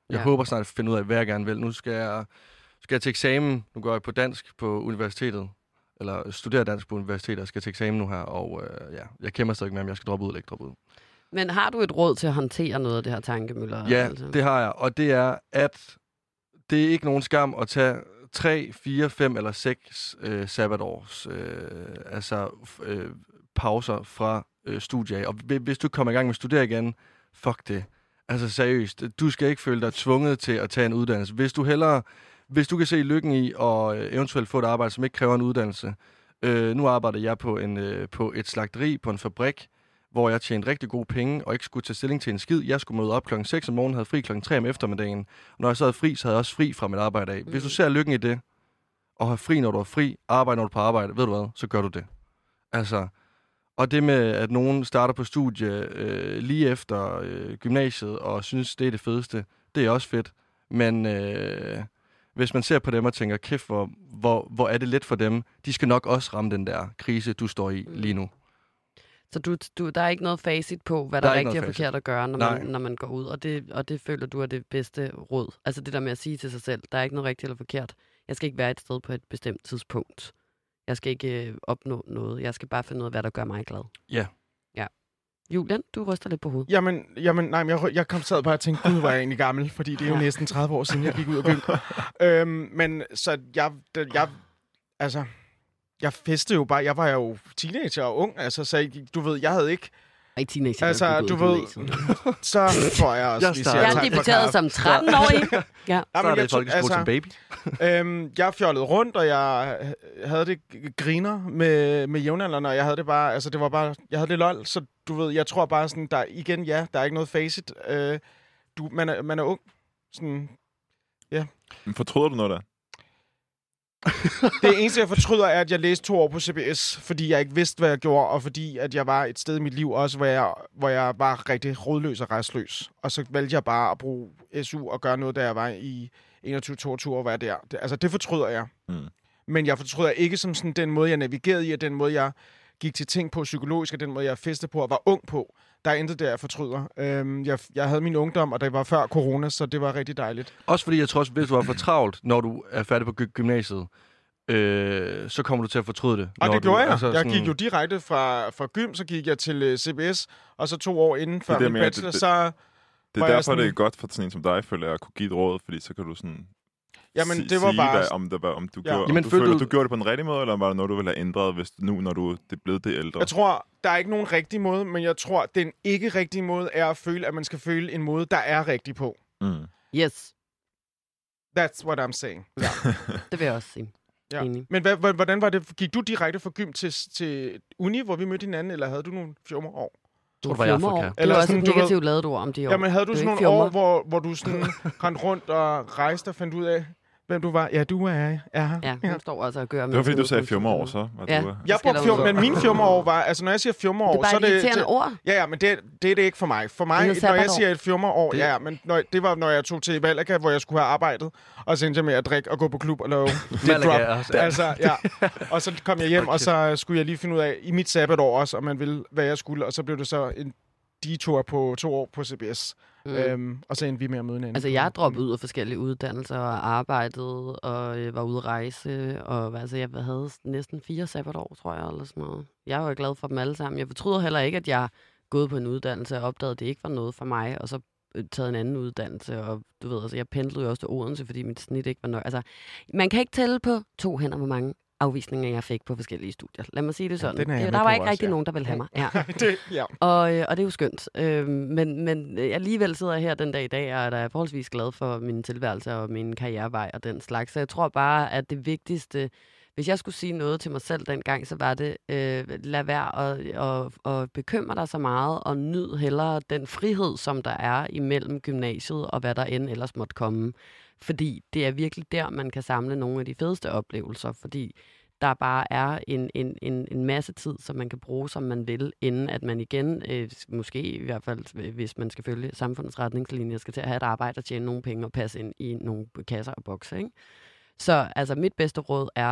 [SPEAKER 2] Jeg
[SPEAKER 1] Ja.
[SPEAKER 2] håber snart at finde ud af, hvad jeg gerne vil. Nu skal jeg, skal jeg til eksamen. Nu går jeg på dansk på universitetet. Eller studerer dansk på universitetet og skal til eksamen nu her. Og øh, ja, jeg kender stadig med, om jeg skal droppe ud eller ikke droppe ud.
[SPEAKER 1] Men har du et råd til at håndtere noget af det her tankemøller?
[SPEAKER 2] Ja,
[SPEAKER 1] altså?
[SPEAKER 2] det har jeg. Og det er, at det er ikke nogen skam at tage tre, fire, fem eller seks øh, sabbatårs øh, altså, øh, pauser fra øh, studiet. Og hvis du kommer i gang med at studere igen, fuck det. Altså seriøst, du skal ikke føle dig tvunget til at tage en uddannelse. Hvis du hellere, hvis du kan se lykken i og øh, eventuelt få et arbejde, som ikke kræver en uddannelse. Øh, nu arbejder jeg på, en, øh, på et slagteri, på en fabrik, hvor jeg tjente rigtig gode penge, og ikke skulle tage stilling til en skid. Jeg skulle møde op klokken seks om morgenen, havde fri klokken tre om eftermiddagen. Og når jeg så havde fri, så havde jeg også fri fra mit arbejde af. Hvis du ser lykken i det, og har fri, når du er fri, arbejde, når du er på arbejde, ved du hvad, så gør du det. Altså, og det med, at nogen starter på studie øh, lige efter øh, gymnasiet, og synes, det er det fedeste, det er også fedt. Men øh, hvis man ser på dem og tænker, kæft, hvor, hvor, hvor er det let for dem, de skal nok også ramme den der krise, du står i lige nu.
[SPEAKER 1] Så du, du, der er ikke noget facit på, hvad der,
[SPEAKER 2] Der
[SPEAKER 1] der
[SPEAKER 2] er
[SPEAKER 1] er rigtigt og
[SPEAKER 2] facit.
[SPEAKER 1] forkert at gøre, når
[SPEAKER 2] Nej.
[SPEAKER 1] man, når man går ud, og det, og det føler du er det bedste råd. Altså det der med at sige til sig selv, der er ikke noget rigtigt eller forkert. Jeg skal ikke være et sted på et bestemt tidspunkt. Jeg skal ikke øh, opnå noget. Jeg skal bare finde ud af, hvad der gør mig glad.
[SPEAKER 2] Ja.
[SPEAKER 1] Ja. Julian, du ryster lidt på hovedet.
[SPEAKER 3] Jamen, jamen nej, men jeg, jeg kom sad bare og tænkte, gud, var jeg egentlig gammel, fordi det er jo
[SPEAKER 1] Ja.
[SPEAKER 3] næsten tredive år siden, jeg gik ud af gym. øhm, men så jeg, det- jeg, altså, jeg festede jo bare, jeg var jo teenager og ung, altså, så jeg, du ved, jeg havde ikke,
[SPEAKER 1] Ej, teenager.
[SPEAKER 3] altså,
[SPEAKER 1] der er
[SPEAKER 3] du
[SPEAKER 1] gået i
[SPEAKER 3] ved,
[SPEAKER 1] gymnasiet.
[SPEAKER 3] så tror jeg også,
[SPEAKER 2] Jeg
[SPEAKER 3] vi
[SPEAKER 2] starter.
[SPEAKER 3] siger
[SPEAKER 1] Jeg er
[SPEAKER 3] tak for
[SPEAKER 1] debuteret
[SPEAKER 3] kaffe.
[SPEAKER 1] som tretten-årig. Ja.
[SPEAKER 3] Ja,
[SPEAKER 2] Så er
[SPEAKER 3] men
[SPEAKER 2] det
[SPEAKER 3] jeg, tog-
[SPEAKER 2] folkeskole
[SPEAKER 3] altså,
[SPEAKER 2] som baby.
[SPEAKER 3] øhm, jeg fjollede rundt, og jeg havde det g- griner med, med jævnaldrende, og jeg havde det bare, altså det var bare, jeg havde det lol, så du ved, jeg tror bare sådan, der igen, ja, der er ikke noget facit. Øh, du, man, er, man er ung. Sådan,
[SPEAKER 4] Men fortryder du noget der?
[SPEAKER 3] det eneste, jeg fortryder, er, at jeg læste to år på C B S, fordi jeg ikke vidste, hvad jeg gjorde, og fordi at jeg var et sted i mit liv også, hvor jeg, hvor jeg var rigtig rådløs og restløs. Og så valgte jeg bare at bruge S U og gøre noget, da jeg var i enogtyve toogtyve år, hvad der. Det, altså, det fortryder jeg.
[SPEAKER 4] Mm.
[SPEAKER 3] Men jeg fortryder ikke som sådan den måde, jeg navigerede i, og den måde, jeg gik til ting på psykologisk, og den måde, jeg festede på og var ung på. Der er intet der, jeg fortryder. Øhm, jeg, jeg havde min ungdom, og det var før corona, så det var rigtig dejligt.
[SPEAKER 2] Også fordi jeg tror også, hvis du er for travlt, når du er færdig på gy- gymnasiet, øh, så kommer du til at fortryde det.
[SPEAKER 3] Og
[SPEAKER 2] når
[SPEAKER 3] det
[SPEAKER 2] du,
[SPEAKER 3] gjorde jeg.
[SPEAKER 2] altså
[SPEAKER 3] Jeg
[SPEAKER 2] sådan-
[SPEAKER 3] gik jo direkte fra, fra gym, så gik jeg til uh, C B S, og så to år inden før
[SPEAKER 4] det, jeg
[SPEAKER 3] min
[SPEAKER 4] mener,
[SPEAKER 3] bachelor,
[SPEAKER 4] det- det-
[SPEAKER 3] så...
[SPEAKER 4] Det er
[SPEAKER 3] Var jeg
[SPEAKER 4] derfor,
[SPEAKER 3] sådan-
[SPEAKER 4] det er godt for sådan en som dig, føler jeg, at kunne give et råd, fordi så kan du sådan
[SPEAKER 3] Jamen,
[SPEAKER 4] si-
[SPEAKER 3] det var
[SPEAKER 4] sige,
[SPEAKER 3] bare...
[SPEAKER 4] hvad, om, det var, om du,
[SPEAKER 3] Ja.
[SPEAKER 4] gjorde, om
[SPEAKER 2] Jamen,
[SPEAKER 4] du
[SPEAKER 2] følte
[SPEAKER 4] føler,
[SPEAKER 2] du-
[SPEAKER 4] du gjorde det på en rigtig måde, eller var det noget, du ville have ændret, hvis nu, når du det er blevet det ældre?
[SPEAKER 3] Jeg tror, der er ikke nogen rigtig måde, men jeg tror, den ikke rigtige måde er at føle, at man skal føle en måde, der er rigtig på.
[SPEAKER 4] Mm.
[SPEAKER 1] Yes,
[SPEAKER 3] That's what I'm saying. Ja.
[SPEAKER 1] det vil jeg også sige.
[SPEAKER 3] Ja.
[SPEAKER 1] Enig.
[SPEAKER 3] Men hvad, hvad- hvordan var det? Gik du direkte fra gym til, til uni, hvor vi mødte hinanden, eller havde du nogle fjummerår?
[SPEAKER 2] tror, det var i
[SPEAKER 1] Fjumreår.
[SPEAKER 2] Afrika.
[SPEAKER 1] Det er
[SPEAKER 3] Eller
[SPEAKER 1] også
[SPEAKER 3] sådan,
[SPEAKER 1] et
[SPEAKER 3] du ved-
[SPEAKER 1] negativt lavet ord om de år.
[SPEAKER 3] Jamen, havde du
[SPEAKER 1] Det er
[SPEAKER 3] sådan
[SPEAKER 1] ikke
[SPEAKER 3] nogle år,
[SPEAKER 1] fjummer.
[SPEAKER 3] hvor, hvor du sådan rendte rundt og rejste og fandt ud af, hvem du var? Ja, du er jeg. Ja,
[SPEAKER 1] Ja, hun står altså og gør
[SPEAKER 4] Det var fordi, du sagde fjumreår, så. Var
[SPEAKER 1] Ja.
[SPEAKER 4] du,
[SPEAKER 3] Jeg
[SPEAKER 1] skal
[SPEAKER 3] brugte
[SPEAKER 1] der
[SPEAKER 3] fjum,
[SPEAKER 1] ud.
[SPEAKER 3] men mine fjummerår var... Altså, når jeg siger fjummerår,
[SPEAKER 1] Det er bare
[SPEAKER 3] så er
[SPEAKER 1] et
[SPEAKER 3] det...
[SPEAKER 1] irriterende ord.
[SPEAKER 3] Ja, ja, men det, det er det ikke for mig. For mig,
[SPEAKER 1] Det
[SPEAKER 3] når
[SPEAKER 1] hedder
[SPEAKER 3] jeg
[SPEAKER 1] sabbatår.
[SPEAKER 3] siger et fjummerår,
[SPEAKER 2] Det-
[SPEAKER 3] ja, men når, det var, når jeg tog til Malaga, hvor jeg skulle have arbejdet, og så endte jeg med at drikke og gå på klub og lave det
[SPEAKER 2] Malaga
[SPEAKER 3] drop.
[SPEAKER 2] også, ja.
[SPEAKER 3] Altså, ja. Og så kom jeg hjem, og så skulle jeg lige finde ud af, i mit sabbatår også, om man ville, hvad jeg skulle, og så blev det så en detour på to år på C B S.
[SPEAKER 1] Mm.
[SPEAKER 3] Mm. Øhm, og så endte vi med at møde hinanden.
[SPEAKER 1] Altså, jeg er droppet ud af forskellige uddannelser og arbejdede og øh, var ude at rejse. Og altså, jeg havde næsten fire sabbatår, tror jeg, eller sådan noget. Jeg var glad for dem alle sammen. Jeg fortryder heller ikke, at jeg gået på en uddannelse og opdagede, at det ikke var noget for mig, og så øh, taget en anden uddannelse. Og du ved, altså, jeg pendlede jo også til Odense, fordi mit snit ikke var nok. Altså, man kan ikke tælle på to hænder, hvor mange afvisninger, jeg fik på forskellige studier. Lad mig sige det sådan.
[SPEAKER 3] den er jeg
[SPEAKER 1] det,
[SPEAKER 3] med
[SPEAKER 1] der var
[SPEAKER 3] på
[SPEAKER 1] ikke
[SPEAKER 3] også,
[SPEAKER 1] rigtig
[SPEAKER 3] ja.
[SPEAKER 1] nogen, der ville have mig. Ja.
[SPEAKER 3] det, ja.
[SPEAKER 1] Og, øh, og det er jo skønt. Øh, men, men øh, alligevel sidder jeg her den dag i dag, og er da forholdsvis glad for min tilværelse og min karrierevej og den slags. Så jeg tror bare, at det vigtigste, hvis jeg skulle sige noget til mig selv dengang, så var det, øh, lad være at, at, at bekymre dig så meget, og nyd hellere den frihed, som der er imellem gymnasiet og hvad der end ellers måtte komme. Fordi det er virkelig der, man kan samle nogle af de fedeste oplevelser, fordi der bare er en, en, en, en masse tid, som man kan bruge, som man vil, inden at man igen, øh, måske i hvert fald, hvis man skal følge samfundets retningslinjer, skal til at have et arbejde og tjene nogle penge og passe ind i nogle kasser og bokse. Ikke? Så altså, mit bedste råd er,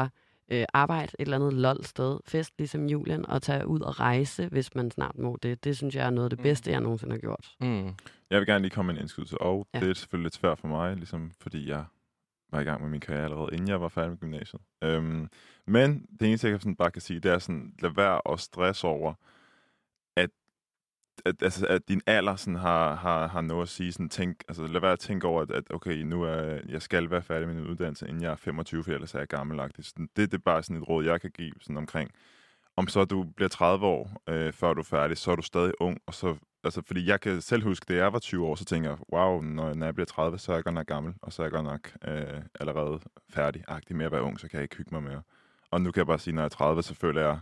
[SPEAKER 1] øh, arbejde et eller andet lol sted, fest ligesom Julian, og tage ud og rejse, hvis man snart må det. Det synes jeg er noget af det bedste, jeg nogensinde har gjort.
[SPEAKER 2] Mm.
[SPEAKER 4] Jeg vil gerne lige komme med en indskydelse, og
[SPEAKER 1] Ja.
[SPEAKER 4] det er selvfølgelig lidt svært for mig, ligesom, fordi jeg var i gang med min karriere allerede, inden jeg var færdig med gymnasiet. Øhm, men det eneste, jeg sådan bare kan sige, det er sådan, lad være at stresse over, at, at, altså, at din alder sådan har, har, har noget at sige. Sådan, tænk, altså, lad være at tænke over, at, at okay, nu er jeg skal være færdig med min uddannelse, inden jeg er femogtyve, for ellers er jeg gammelagtig. Sådan, det, det er bare sådan et råd, jeg kan give sådan omkring. Om så du bliver tredive år, øh, før du er færdig, så er du stadig ung, og så altså, fordi jeg kan selv huske, da jeg var tyve år, så tænker jeg, wow, når, når jeg bliver tredive, så er jeg godt nok gammel, og så er jeg godt nok øh, allerede færdig-agtig med at være ung, så kan jeg ikke hygge mig mere. Og nu kan jeg bare sige, når jeg er tredive, så føler jeg,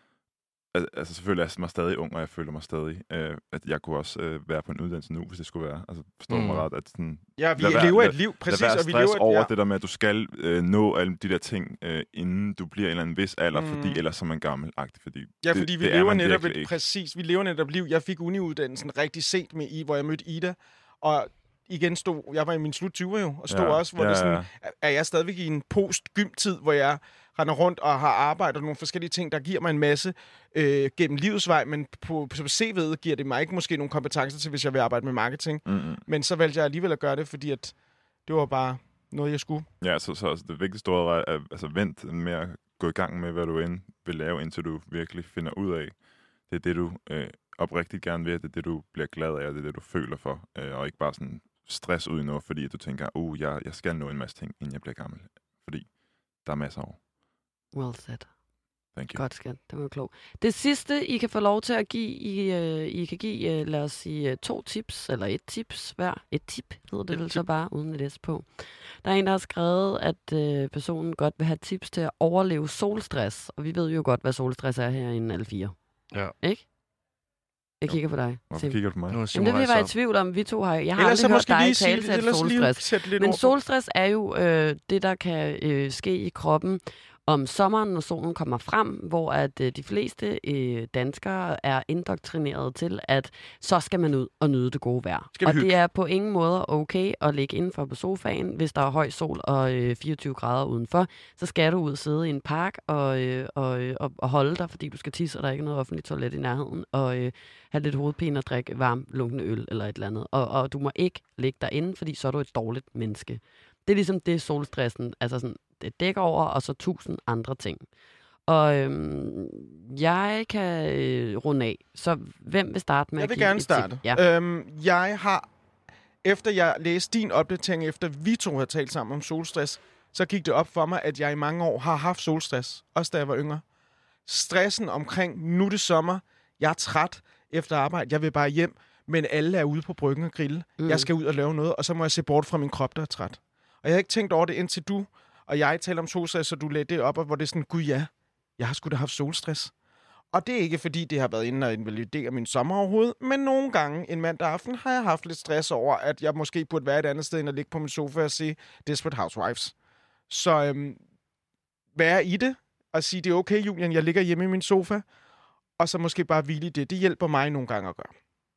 [SPEAKER 4] altså så føler jeg mig stadig ung, og jeg føler mig stadig, øh, at jeg kunne også øh, være på en uddannelse nu, hvis det skulle være. Altså, forstår du
[SPEAKER 2] Mm.
[SPEAKER 4] mig ret, at sådan...
[SPEAKER 3] Ja, vi
[SPEAKER 4] Lad være-
[SPEAKER 3] lever
[SPEAKER 4] lad-
[SPEAKER 3] et liv, præcis.
[SPEAKER 4] Lad være
[SPEAKER 3] Og vi
[SPEAKER 4] stress
[SPEAKER 3] lever et,
[SPEAKER 4] over
[SPEAKER 3] ja.
[SPEAKER 4] det der med, at du skal øh, nå alle de der ting, øh, inden du bliver en eller anden vis alder,
[SPEAKER 3] Mm.
[SPEAKER 4] mm. fordi ellers er man gammelagtig. Fordi
[SPEAKER 3] Ja,
[SPEAKER 4] det,
[SPEAKER 3] fordi vi
[SPEAKER 4] det er
[SPEAKER 3] lever
[SPEAKER 4] man
[SPEAKER 3] netop
[SPEAKER 4] virkelig
[SPEAKER 3] et,
[SPEAKER 4] ikke.
[SPEAKER 3] præcis, vi lever netop liv. Jeg fik uniuddannelsen rigtig sent med i, hvor jeg mødte Ida, og igen stod, jeg var i min slut tyverne jo, og stod
[SPEAKER 4] Ja,
[SPEAKER 3] også, hvor
[SPEAKER 4] ja,
[SPEAKER 3] det sådan,
[SPEAKER 4] ja.
[SPEAKER 3] er jeg stadigvæk i en post-gym-tid, hvor jeg render rundt og har arbejdet og nogle forskellige ting, der giver mig en masse øh, gennem livets vej, men på, på C V'et giver det mig ikke måske nogle kompetencer til, hvis jeg vil arbejde med marketing.
[SPEAKER 4] Mm-hmm.
[SPEAKER 3] Men så valgte jeg alligevel at gøre det, fordi at det var bare noget, jeg skulle.
[SPEAKER 4] Ja, så, så altså, det vigtigste ord er, at altså, vent med at gå i gang med, hvad du end vil lave, indtil du virkelig finder ud af. Det er det, du øh, oprigtigt gerne vil, det er det, du bliver glad af, og det er det, du føler for, øh, og ikke bare sådan stress ud i noget, fordi du tænker, uh, jeg, jeg skal nå en masse ting, inden jeg bliver gammel. Fordi der er masser af år.
[SPEAKER 1] Well said.
[SPEAKER 4] Thank you.
[SPEAKER 1] Godt, skat. Det var klogt. Det sidste, I kan få lov til at give, I, uh, I kan give, uh, lad os sige, uh, to tips, eller et tips hver. Et tip hedder det
[SPEAKER 2] Et
[SPEAKER 1] vel
[SPEAKER 2] tip.
[SPEAKER 1] så bare, uden et S på. Der er en, der har skrevet, at uh, personen godt vil have tips til at overleve solstress. Og vi ved jo godt, hvad solstress er herinde, alle fire.
[SPEAKER 2] Ja.
[SPEAKER 1] Ikke? Jeg
[SPEAKER 4] Jo.
[SPEAKER 1] kigger på dig.
[SPEAKER 4] Hvorfor
[SPEAKER 1] Sim.
[SPEAKER 4] kigger du på mig?
[SPEAKER 2] Nu er
[SPEAKER 1] Jamen,
[SPEAKER 2] Simon
[SPEAKER 1] det vil jeg
[SPEAKER 2] rejst
[SPEAKER 1] være i
[SPEAKER 2] op.
[SPEAKER 1] tvivl om. Vi to har... Jeg har
[SPEAKER 3] Ellers så
[SPEAKER 1] aldrig hørt
[SPEAKER 3] måske
[SPEAKER 1] dig
[SPEAKER 3] lige sige,
[SPEAKER 1] tale til
[SPEAKER 3] ellers lige
[SPEAKER 1] solstress.
[SPEAKER 3] sætte lidt
[SPEAKER 1] Men
[SPEAKER 3] ord på.
[SPEAKER 1] solstress er jo øh, det, der kan øh, ske i kroppen om sommeren, når solen kommer frem, hvor at øh, de fleste øh, danskere er indoktrineret til, at så skal man ud og nyde det gode vejr.
[SPEAKER 3] Skal vi
[SPEAKER 1] Og
[SPEAKER 3] hygge?
[SPEAKER 1] det er på ingen måde okay at ligge indenfor på sofaen, hvis der er høj sol og øh, fireogtyve grader udenfor. Så skal du ud og sidde i en park og, øh, og, øh, og, og holde dig, fordi du skal tisse, og der er ikke noget offentligt toilet i nærheden, og øh, have lidt hovedpine og drikke varm, lunkende øl eller et eller andet. Og, og du må ikke ligge derinde, fordi så er du et dårligt menneske. Det er ligesom det, solstressen altså sådan, det dækker over, og så tusind andre ting. Og øhm, jeg kan øh, runde af. Så hvem vil starte med
[SPEAKER 3] Jeg
[SPEAKER 1] at
[SPEAKER 3] vil
[SPEAKER 1] give
[SPEAKER 3] gerne
[SPEAKER 1] et
[SPEAKER 3] starte.
[SPEAKER 1] tip? Ja.
[SPEAKER 3] Øhm, jeg har, efter jeg læste din opdatering, efter vi to har talt sammen om solstress, så gik det op for mig, at jeg i mange år har haft solstress, også da jeg var yngre. Stressen omkring, nu er det sommer, jeg er træt efter arbejde, jeg vil bare hjem, men alle er ude på bryggen og grille.
[SPEAKER 1] Mm.
[SPEAKER 3] Mm. Jeg skal ud og lave noget, og så må jeg se bort fra min krop, der er træt. Og jeg har ikke tænkt over det, indtil du og jeg taler om solstress, så du lagde det op, og hvor det er sådan, gud ja, jeg har sgu da haft solstress. Og det er ikke, fordi det har været inde og invalidere min sommer overhovedet, men nogle gange en mandag aften har jeg haft lidt stress over, at jeg måske burde være et andet sted, end at ligge på min sofa og se Desperate Housewives. Så øhm, være i det, og sige, det er okay, Julian, jeg ligger hjemme i min sofa, og så måske bare hvile i det. Det hjælper mig nogle gange at gøre.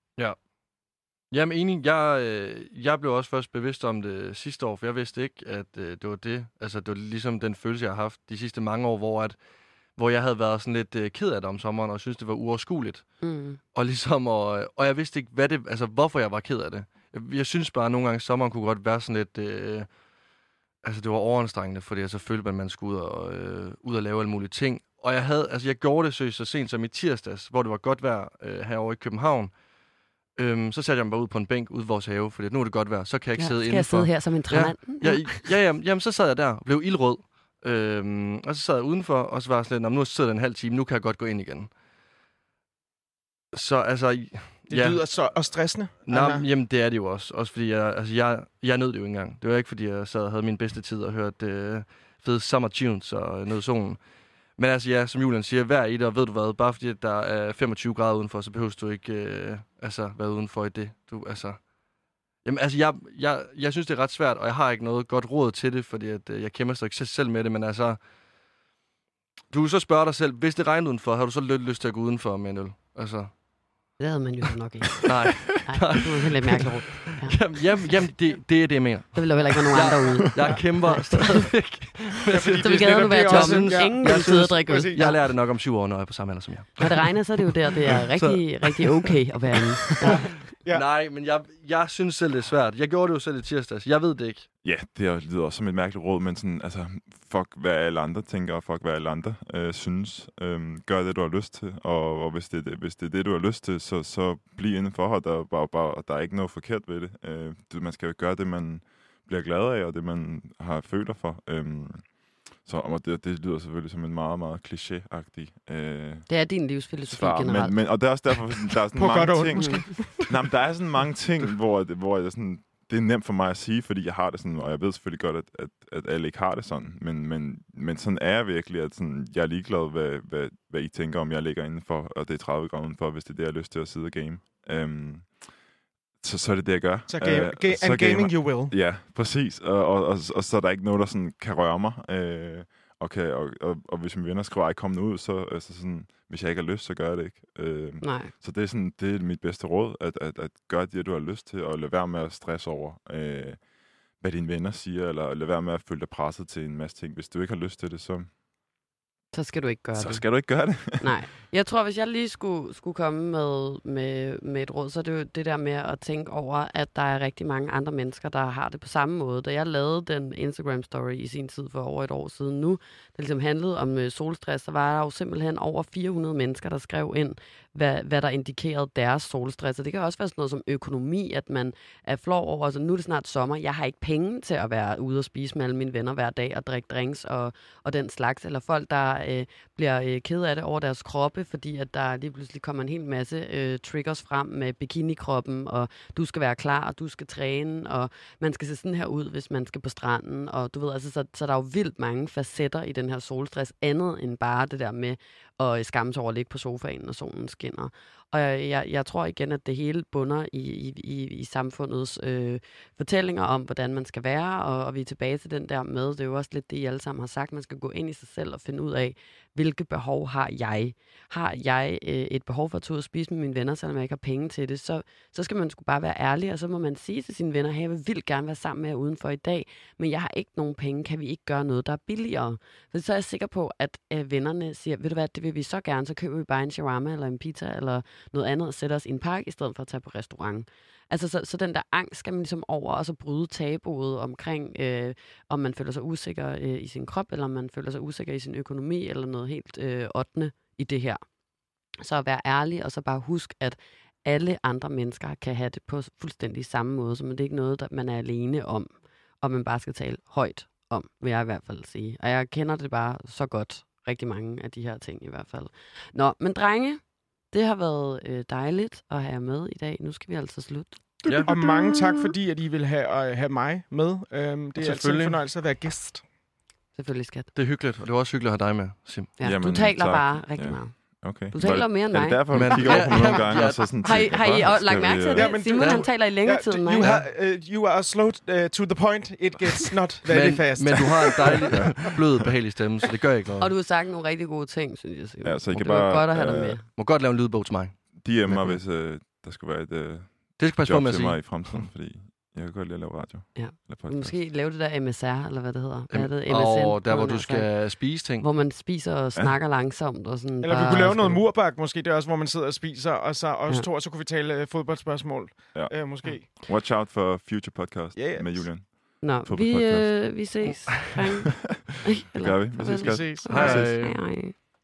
[SPEAKER 2] Jamen enig, jeg, øh, jeg blev også først bevidst om det sidste år, for jeg vidste ikke, at øh, det var det. Altså det var ligesom den følelse, jeg har haft de sidste mange år, hvor, at, hvor jeg havde været sådan lidt øh, ked af det om sommeren, og synes det var uoverskueligt.
[SPEAKER 1] Mm.
[SPEAKER 2] Og ligesom, og, og jeg vidste ikke, hvad det, altså hvorfor jeg var ked af det. Jeg, jeg synes bare, at nogle gange sommeren kunne godt være sådan lidt, øh, altså det var overanstrengende, fordi jeg så følte, at man skulle ud og, øh, ud og lave alle mulige ting. Og jeg havde, altså jeg gjorde det seriøst så sent som i tirsdags, hvor det var godt vejr øh, herovre i København. Øhm, så satte jeg mig bare ud på en bænk ude i vores have, fordi nu er det godt vejr, så kan jeg ikke
[SPEAKER 1] Ja,
[SPEAKER 2] sidde
[SPEAKER 1] skal
[SPEAKER 2] indenfor.
[SPEAKER 1] jeg sidde her som en træmand?
[SPEAKER 2] Ja, ja, ja, ja, jamen så sad jeg der og blev ildrød. Øhm, og så sad jeg udenfor, og så var jeg sådan lidt, nu sidder jeg en halv time, nu kan jeg godt gå ind igen. Så altså...
[SPEAKER 3] Det
[SPEAKER 2] ja.
[SPEAKER 3] lyder så og stressende.
[SPEAKER 2] Nå,
[SPEAKER 3] Anna.
[SPEAKER 2] jamen det er det jo også. Også fordi jeg, altså, jeg, jeg nød det jo ikke engang. Det var ikke, fordi jeg sad og havde min bedste tid og hørte øh, fede summer tunes og nød solen. Men altså ja, som Julian siger, vær i det, og ved du hvad, bare fordi der er femogtyve grader udenfor, så behøver du ikke øh, altså, være udenfor i det. Du, altså... Jamen altså, jeg, jeg, jeg synes, det er ret svært, og jeg har ikke noget godt råd til det, fordi at, øh, jeg kæmper sig ikke selv med det, men altså... Du kan så spørge dig selv, hvis det regner udenfor, har du så lidt lyst til at gå udenfor med en øl? Altså...
[SPEAKER 1] Det havde man jo så nok ikke.
[SPEAKER 2] Nej.
[SPEAKER 1] Nej, det var helt lidt mærkeligt råd. Ja.
[SPEAKER 2] Jamen, jamen, jamen det, det er det, jeg mener.
[SPEAKER 1] Der ville der heller ikke være nogen andre ude.
[SPEAKER 2] Jeg kæmper stadigvæk.
[SPEAKER 3] Ja, fordi
[SPEAKER 1] Så vi
[SPEAKER 3] det er
[SPEAKER 1] gader nu
[SPEAKER 3] netop
[SPEAKER 1] være
[SPEAKER 3] det også.
[SPEAKER 1] tomme.
[SPEAKER 3] Ja.
[SPEAKER 1] Ingen vil sidde og drikke øl.
[SPEAKER 3] Præcis.
[SPEAKER 2] Jeg lærer det nok om syv år, når jeg er på samme alder som jer.
[SPEAKER 1] Når det regner, så er det jo der, det er rigtig, rigtig okay at være inde. Ja.
[SPEAKER 3] Ja.
[SPEAKER 2] Nej, men jeg, jeg synes selv, det er svært. Jeg gjorde det jo selv i tirsdags. Jeg ved det ikke.
[SPEAKER 4] Ja, det er- lyder også som et mærkeligt råd, men sådan, altså, fuck hvad alle andre tænker, og fuck hvad alle andre øh, synes. Øhm, gør det, du har lyst til, og, og hvis, det, er det, hvis det er det, du har lyst til, så, så bliv indenfor, og der, bare, bare, der er ikke noget forkert ved det. Øh, det. Man skal jo gøre det, man bliver glad af, og det, man har føler for. Øhm, så og det, det lyder selvfølgelig som en meget, meget kliché-agtig øh,
[SPEAKER 1] Det er din livsfilosofi
[SPEAKER 4] svar,
[SPEAKER 1] generelt.
[SPEAKER 4] men, men, og det er også derfor, der er sådan
[SPEAKER 3] På godt og
[SPEAKER 4] mange
[SPEAKER 3] ondt,
[SPEAKER 4] ting. Nej, men der er sådan mange ting, hvor, det- hvor jeg sådan, det er nemt for mig at sige, fordi jeg har det sådan, og jeg ved selvfølgelig godt, at, at, at alle ikke har det sådan, men, men, men sådan er jeg virkelig, at sådan, jeg er ligeglad, hvad, hvad, hvad I tænker, om jeg ligger indenfor, og det er tredive grader udenfor, hvis det er det, jeg har lyst til at sidde og game. Um, så, så er det det, jeg gør.
[SPEAKER 3] Så game,
[SPEAKER 4] Øh,
[SPEAKER 3] ga-
[SPEAKER 4] så
[SPEAKER 3] and
[SPEAKER 4] gamer-
[SPEAKER 3] gaming you will.
[SPEAKER 4] Ja, præcis. Og, og, og, og så er der ikke noget, der sådan kan røre mig. Øh, og, kan, og, og, og hvis mine venner skriver, ej, kom nu ud, så altså sådan, hvis jeg ikke har lyst, så gør jeg det ikke. Øh,
[SPEAKER 1] Nej.
[SPEAKER 4] så det er, sådan, det er mit bedste råd, at, at, at gøre det, du har lyst til, og lade være med at stresse over, øh, hvad dine venner siger, eller lade være med at føle dig presset til en masse ting. Hvis du ikke har lyst til det, så,
[SPEAKER 1] Så skal du ikke gøre
[SPEAKER 4] så
[SPEAKER 1] det.
[SPEAKER 4] skal du ikke gøre det.
[SPEAKER 1] Nej. Jeg tror, hvis jeg lige skulle, skulle komme med, med, med et råd, så er det jo det der med at tænke over, at der er rigtig mange andre mennesker, der har det på samme måde. Da jeg lavede den Instagram-story i sin tid for over et år siden nu, der ligesom handlede om øh, solstress, så var der jo simpelthen over fire hundrede mennesker, der skrev ind, hvad, hvad der indikerede deres solstress. Og det kan også være sådan noget som økonomi, at man er flov over, altså nu er det snart sommer, jeg har ikke penge til at være ude og spise med alle mine venner hver dag og drikke drinks og, og den slags, eller folk, der øh, bliver øh, ked af det over deres kroppe, fordi at der lige pludselig kommer en hel masse øh, triggers frem med bikinikroppen, og du skal være klar, og du skal træne, og man skal se sådan her ud, hvis man skal på stranden, og du ved, altså, så, så der er jo vildt mange facetter i den her solstress, andet end bare det der med at skamme sig over at ligge på sofaen, når solen skinner. Og jeg, jeg, jeg tror igen, at det hele bunder i, i, i, i samfundets øh, fortællinger om, hvordan man skal være, og, og vi er tilbage til den der med, det er jo også lidt det, I alle sammen har sagt, man skal gå ind i sig selv og finde ud af, hvilke behov har jeg? Har jeg øh, et behov for at tage ud og spise med mine venner, selvom jeg ikke har penge til det, så, så skal man sgu bare være ærlig, og så må man sige til sine venner, hey, jeg vil vildt gerne være sammen med jer udenfor i dag, men jeg har ikke nogen penge, kan vi ikke gøre noget, der er billigere? For så er jeg sikker på, at øh, vennerne siger, ved du hvad, det vil vi så gerne, så køber vi bare en shawarma eller en pizza eller noget andet og sætter os i en park, i stedet for at tage på restaurant. Altså, så, så den der angst skal man ligesom over, og så bryde tabuet omkring, øh, om man føler sig usikker øh, i sin krop, eller om man føler sig usikker i sin økonomi, eller noget helt øh, ottende i det her. Så at være ærlig, og så bare husk, at alle andre mennesker kan have det på fuldstændig samme måde, så det er ikke noget, der man er alene om, og man bare skal tale højt om, vil jeg i hvert fald sige. Og jeg kender det bare så godt, rigtig mange af de her ting i hvert fald. Nå, men drenge, det har været øh, dejligt at have jer med i dag. Nu skal vi altså slutte.
[SPEAKER 2] Ja.
[SPEAKER 3] Og mange tak, fordi at I vil have, uh, have mig med. Um, det er altid en
[SPEAKER 2] Selvfølgelig.
[SPEAKER 3] fornøjelse at være gæst.
[SPEAKER 1] Selvfølgelig, skat.
[SPEAKER 2] Det er hyggeligt, og det var også hyggeligt at have dig med, Sim.
[SPEAKER 1] Ja,
[SPEAKER 4] Jamen,
[SPEAKER 1] du taler
[SPEAKER 4] tak.
[SPEAKER 1] bare rigtig
[SPEAKER 4] Ja.
[SPEAKER 1] meget.
[SPEAKER 4] Okay.
[SPEAKER 1] Du taler mere end
[SPEAKER 4] Er
[SPEAKER 1] mig.
[SPEAKER 4] det derfor, du
[SPEAKER 2] Men-
[SPEAKER 4] kigger over på mig nogle
[SPEAKER 2] Ja,
[SPEAKER 4] gange,
[SPEAKER 2] ja.
[SPEAKER 4] og så sådan...
[SPEAKER 1] Har I,
[SPEAKER 4] tænker,
[SPEAKER 1] har I
[SPEAKER 4] "Hvad
[SPEAKER 1] også
[SPEAKER 4] skal
[SPEAKER 1] lagt mærke
[SPEAKER 4] vi,
[SPEAKER 1] til
[SPEAKER 4] øh,
[SPEAKER 1] det?
[SPEAKER 3] Ja, men du-
[SPEAKER 1] Simon,
[SPEAKER 2] Ja.
[SPEAKER 1] han taler i længere tid end mig.
[SPEAKER 3] you, have, uh, you are slow uh, to the point. It gets not very
[SPEAKER 2] men,
[SPEAKER 3] fast.
[SPEAKER 2] men du har en dejlig, blød, behagelig stemme, så det gør ikke noget.
[SPEAKER 1] Og du har sagt nogle rigtig gode ting, synes jeg. Simon.
[SPEAKER 4] Ja, så I kan
[SPEAKER 1] det var
[SPEAKER 4] bare,
[SPEAKER 1] godt at have dig
[SPEAKER 4] øh,
[SPEAKER 1] med.
[SPEAKER 2] Må godt lave en lydbog til mig.
[SPEAKER 4] D M mig, hvis øh, der skulle være et øh,
[SPEAKER 2] Det skal passe på
[SPEAKER 4] job
[SPEAKER 2] med at
[SPEAKER 4] til
[SPEAKER 2] sige.
[SPEAKER 4] mig i fremtiden, fordi jeg kan godt lide at lave radio.
[SPEAKER 1] Ja.
[SPEAKER 4] Eller podcast.
[SPEAKER 1] Måske lave det der M S R, eller hvad det hedder. Hvad er det? M S N?
[SPEAKER 2] Og der, hvor
[SPEAKER 1] havde
[SPEAKER 2] du
[SPEAKER 1] jeg
[SPEAKER 2] skal
[SPEAKER 1] sagt.
[SPEAKER 2] spise ting.
[SPEAKER 1] Hvor man spiser og snakker ja. langsomt. Og sådan
[SPEAKER 3] Eller vi
[SPEAKER 1] bare
[SPEAKER 3] kunne lave noget
[SPEAKER 1] skal-
[SPEAKER 3] murbak, måske. Det er også, hvor man sidder og spiser, og så os
[SPEAKER 1] Ja.
[SPEAKER 3] to, og så kunne vi tale uh, fodboldspørgsmål.
[SPEAKER 4] Ja.
[SPEAKER 3] Uh, måske.
[SPEAKER 4] Watch out for Future Podcast
[SPEAKER 3] Yes.
[SPEAKER 4] med Julian.
[SPEAKER 1] Nå, vi,
[SPEAKER 4] Fodboldpodcast.
[SPEAKER 1] øh, vi ses. drenge.
[SPEAKER 4] Det gør vi. Vi ses,
[SPEAKER 1] farvel.
[SPEAKER 4] skat.
[SPEAKER 3] Vi ses.
[SPEAKER 2] Hej,
[SPEAKER 1] Hej,
[SPEAKER 2] hej.
[SPEAKER 1] hej.